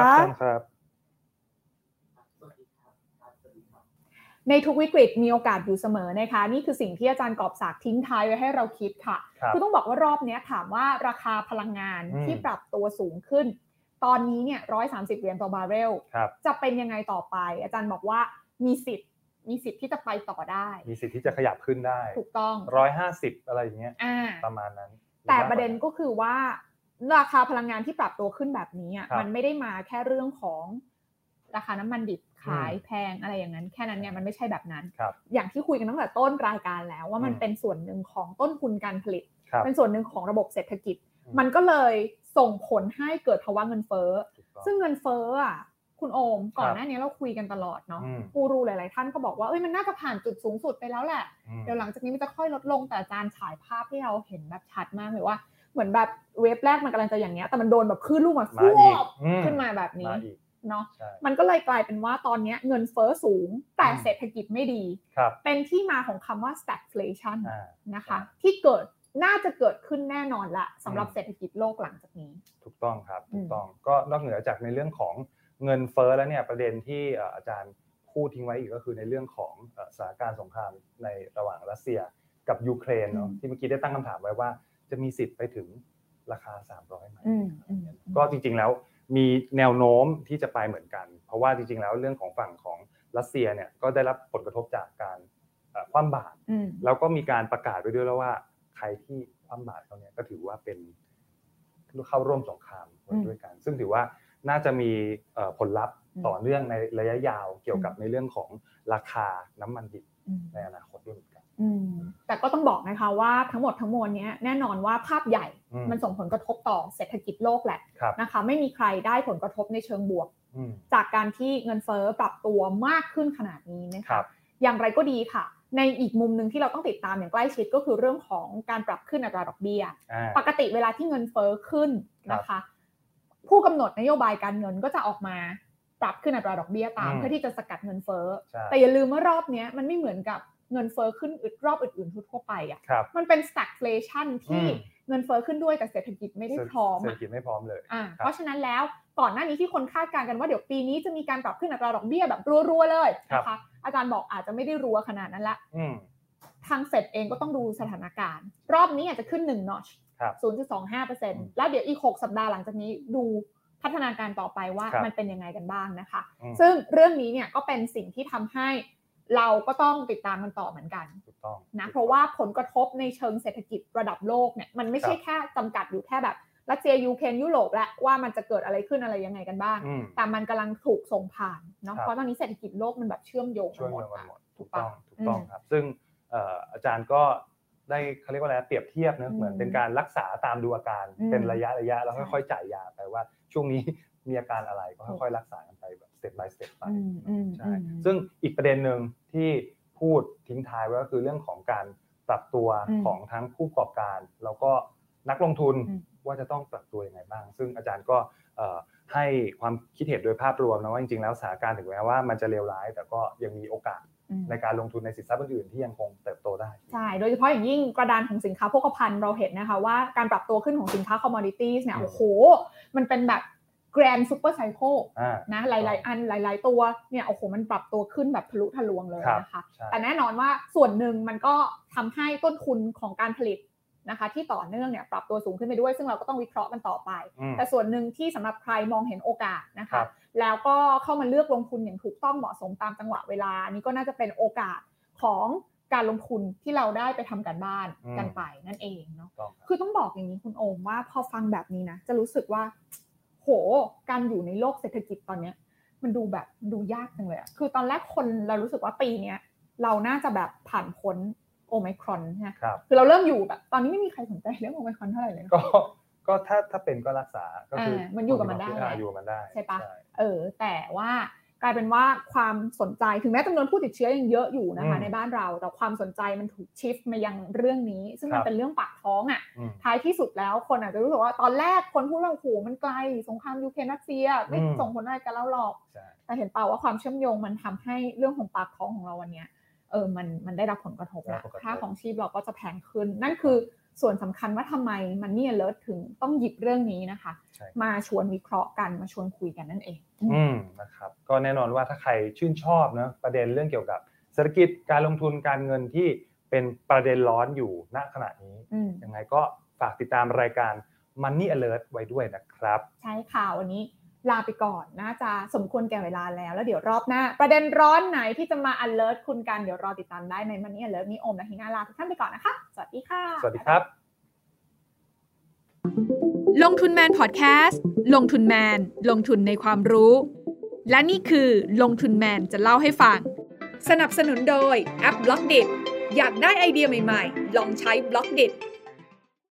ในทุกวิกฤตมีโอกาสอยู่เสมอนะคะนี่คือสิ่งที่อาจารย์กอบศักดิ์ทิ้งท้ายไว้ให้เราคิดค่ะคือต้องบอกว่ารอบนี้ถามว่าราคาพลังงานที่ปรับตัวสูงขึ้นตอนนี้เนี่ย$130ต่อบาร์เรลจะเป็นยังไงต่อไปอาจารย์บอกว่ามีสิทธิ์ที่จะไปต่อได้มีสิทธิ์ที่จะขยับขึ้นได้ถูกต้อง 150อะไรอย่างเงี้ยประมาณนั้นแต่ประเด็นก็คือว่าราคาพลังงานที่ปรับตัวขึ้นแบบนี้มันไม่ได้มาแค่เรื่องของราคาน้ำมันดิบขายแพงอะไรอย่างนั้นแค่นั้นเนี่ยมันไม่ใช่แบบนั้นอย่างที่คุยกันตั้งแต่ต้นรายการแล้วว่ามันเป็นส่วนหนึ่งของต้นทุนการผลิตเป็นส่วนหนึ่งของระบบเศรษฐกิจมันก็เลยส่งผลให้เกิดภาวะเงินเฟ้อซึ่งเงินเฟ้อคุณโอมก่อนหน้านี้เราคุยกันตลอดเนาะกูรูหลายๆท่านก็บอกว่ามันน่าจะผ่านจุดสูงสุดไปแล้วแหละเดี๋ยวหลังจากนี้มันจะค่อยลดลงแต่อาจารย์ฉายภาพที่เราเห็นแบบชัดมากเลยว่าเหมือนแบบเวฟแรกมันกำลังจะอย่างเงี้ยแต่มันโดนแบบคลื่นลูกมันฟูบขึ้นมาแบบนี้เนาะมันก็เลยกลายเป็นว่าตอนนี้เงินเฟ้อสูงแต่เศรษฐกิจไม่ดีเป็นที่มาของคำว่า stagflation นะคะที่น่าจะเกิดขึ้นแน่นอนละสำหรับเศรษฐกิจโลกหลังจากนี้ถูกต้องครับถูกต้องก็นอกเหนือจากในเรื่องของเงินเฟ้อแล้วเนี่ยประเด็นที่อาจารย์พูดทิ้งไว้อีกก็คือในเรื่องของสถานการณ์สงครามในระหว่างรัสเซียกับยูเครนเนาะที่เมื่อกี้ได้ตั้งคำถามไว้ว่าจะมีสิทธิ์ไปถึงราคา300ไหมก็จริงๆแล้วมีแนวโน้มที่จะไปเหมือนกันเพราะว่าจริงๆแล้วเรื่องของฝั่งของรัสเซียเนี่ยก็ได้รับผลกระทบจากการคว่ำบาตรแล้วก็มีการประกาศไปด้วยแล้วว่าใครที่คว่ำบาตรเขาเนี่ยก็ถือว่าเป็นเข้าร่วมสงครามด้วยกันซึ่งถือว่าน่าจะมีผลลัพธ์ต่อเนื่องในระยะยาวเกี่ยวกับในเรื่องของราคาน้ำมันดิบในอนาคตด้วยเหมือนกันแต่ก็ต้องบอกนะคะว่าทั้งหมดทั้งมวลนี้แน่นอนว่าภาพใหญ่มันส่งผลกระทบต่อเศรษฐกิจโลกแหละนะคะไม่มีใครได้ผลกระทบในเชิงบวกจากการที่เงินเฟ้อปรับตัวมากขึ้นขนาดนี้นะคะอย่างไรก็ดีค่ะในอีกมุมนึงที่เราต้องติดตามอย่างใกล้ชิดก็คือเรื่องของการปรับขึ้นอัตราดอกเบี้ยปกติเวลาที่เงินเฟ้อขึ้นนะคะผู้กำหนดนโยบายการเงินก็จะออกมาปรับขึ้นอัตราดอกเบี้ยตามเพื่อที่จะสกัดเงินเฟ้อแต่อย่าลืมว่ารอบนี้มันไม่เหมือนกับเงินเฟ้อขึ้นรอบอื่นๆทั่วไปมันเป็น stagflation ที่เงินเฟ้อขึ้นด้วยแต่เศรษฐกิจไม่ได้พร้อมเศรษฐกิจไม่พร้อมเลยเพราะฉะนั้นแล้วก่อนหน้านี้ที่คนคาดการณ์กันว่าเดี๋ยวปีนี้จะมีการปรับขึ้นอัตราดอกเบี้ยแบบรัวๆเลยนะคะอาจารย์บอกอาจจะไม่ได้รัวขนาดนั้นละทางเฟดเองก็ต้องดูสถานการณ์รอบนี้อาจจะขึ้น1 notch 0.25% แล้วเดี๋ยวอีก6สัปดาห์หลังจากนี้ดูพัฒนาการต่อไปว่ามันเป็นยังไงกันบ้างนะคะซึ่งเรื่องนี้เนี่ยก็เป็นสิ่งที่ทำให้เราก็ต้องติดตามกันต่อเหมือนกันนะเพราะว่าผลกระทบในเชิงเศรษฐกิจระดับโลกเนี่ยมันไม่ใช่แค่จำกัดอยู่แค่แบบรัสเซียยูเครนยุโรปและว่ามันจะเกิดอะไรขึ้นอะไรยังไงกันบ้างแต่มันกำลังถูกส่งผ่านเนาะเพราะตอนนี้เศรษฐกิจโลกมันแบบเชื่อมโยงกันหมดถูกต้องครับซึ่งอาจารย์ก็ได้เขาเรียกว่าอะไรเปรียบเทียบนะเหมือนเป็นการรักษาตามดูอาการเป็นระยะแล้วค่อยๆจ่ายยาไปว่าช่วงนี้มีอาการอะไรก็ค่อยๆรักษากันไปแบบ step by step ไปใช่ซึ่งอีกประเด็นนึงที่พูดทิ้งท้ายไว้ก็คือเรื่องของการปรับตัวของทั้งผู้ประกอบการแล้วก็นักลงทุนว่าจะต้องปรับตัวยังไงบ้างซึ่งอาจารย์ก็ให้ความคิดเห็นโดยภาพรวมนะว่าจริงๆแล้วสถานการณ์ถึงแม้ว่ามันจะเลวร้ายแต่ก็ยังมีโอกาสในการลงทุนในสินทรัพย์อื่นๆที่ยังคงเติบโตได้ใช่โดยเฉพาะอย่างยิ่งกระดานของสินค้าโภคภัณฑ์เราเห็นนะคะว่าการปรับตัวขึ้นของสินค้า commodities เนี่ยโอ้โหมันเป็นแบบ grand super cycle นะหลายๆอันหลายๆตัวเนี่ยโอ้โหมันปรับตัวขึ้นแบบทะลุทะลวงเลยนะคะแต่แน่นอนว่าส่วนหนึ่งมันก็ทำให้ต้นทุนของการผลิตนะคะที่ต่อเนื่องเนี่ยปรับตัวสูงขึ้นไปด้วยซึ่งเราก็ต้องวิเคราะห์กันต่อไปแต่ส่วนหนึ่งที่สำหรับใครมองเห็นโอกาสนะคะแล้วก็เข้ามาเลือกลงทุนอย่างถูกต้องเหมาะสมตามจังหวะเวลานี้ก็น่าจะเป็นโอกาสของการลงทุนที่เราได้ไปทำการบ้านกันไปนั่นเองเนาะคือต้องบอกอย่างนี้คุณโอมว่าพอฟังแบบนี้นะจะรู้สึกว่าโหการอยู่ในโลกเศรษฐกิจตอนนี้มันดูแบบดูยากจังเลยอะคือตอนแรกคนเรารู้สึกว่าปีนี้เราน่าจะแบบผ่านพ้นโอไมครอนใช่ไหมคือเราเริ่มอยู่แบบตอนนี้ไม่มีใครสนใจเรื่องโอไมครอนเท่าไหร่เลยก็ถ้าเป็นก็รักษาก็คือมันอยู่กับมันได้ใช่ปะแต่ว่ากลายเป็นว่าความสนใจถึงแม้จำนวนผู้ติดเชื้อยังเยอะอยู่นะคะในบ้านเราแต่ความสนใจมันถูกชิฟต์มายังเรื่องนี้ซึ่งมันเป็นเรื่องปากท้องอ่ะท้ายที่สุดแล้วคนอาจจะรู้สึกว่าตอนแรกคนพูดว่าโอ้โหมันไกลสงครามยูเครนรัสเซียไม่ส่งผลอะไรกันแล้วหรอกแต่เห็นเปล่าว่าความเชื่อมโยงมันทำให้เรื่องของปากท้องของเราวันนี้มันได้รับผลกระทบแล้วค่าของชีพเราก็จะแพงขึ้นนั่นคือส่วนสำคัญว่าทำไมMoney Alertถึงต้องหยิบเรื่องนี้นะคะมาชวนวิเคราะห์กันมาชวนคุยกันนั่นเองนะครับก็แน่นอนว่าถ้าใครชื่นชอบนะประเด็นเรื่องเกี่ยวกับเศรษฐกิจการลงทุนการเงินที่เป็นประเด็นร้อนอยู่ณขณะนี้ยังไงก็ฝากติดตามรายการ Money Alert ไว้ด้วยนะครับใช่ค่ะวันนี้ลาไปก่อนน่าจะสมควรแก่เวลาแล้วเดี๋ยวรอบหน้าประเด็นร้อนไหนที่จะมา alert คุณกันเดี๋ยวรอติดตามได้ใน Money Alert นี้โอมและทีน่าลาทุกท่านไปก่อนนะคะสวัสดีค่ะสวัสดีครับลงทุนแมนพอดแคสต์ลงทุนแมนลงทุนในความรู้และนี่คือลงทุนแมนจะเล่าให้ฟังสนับสนุนโดยแอป Blockdit อยากได้ไอเดียใหม่ๆลองใช้ Blockdit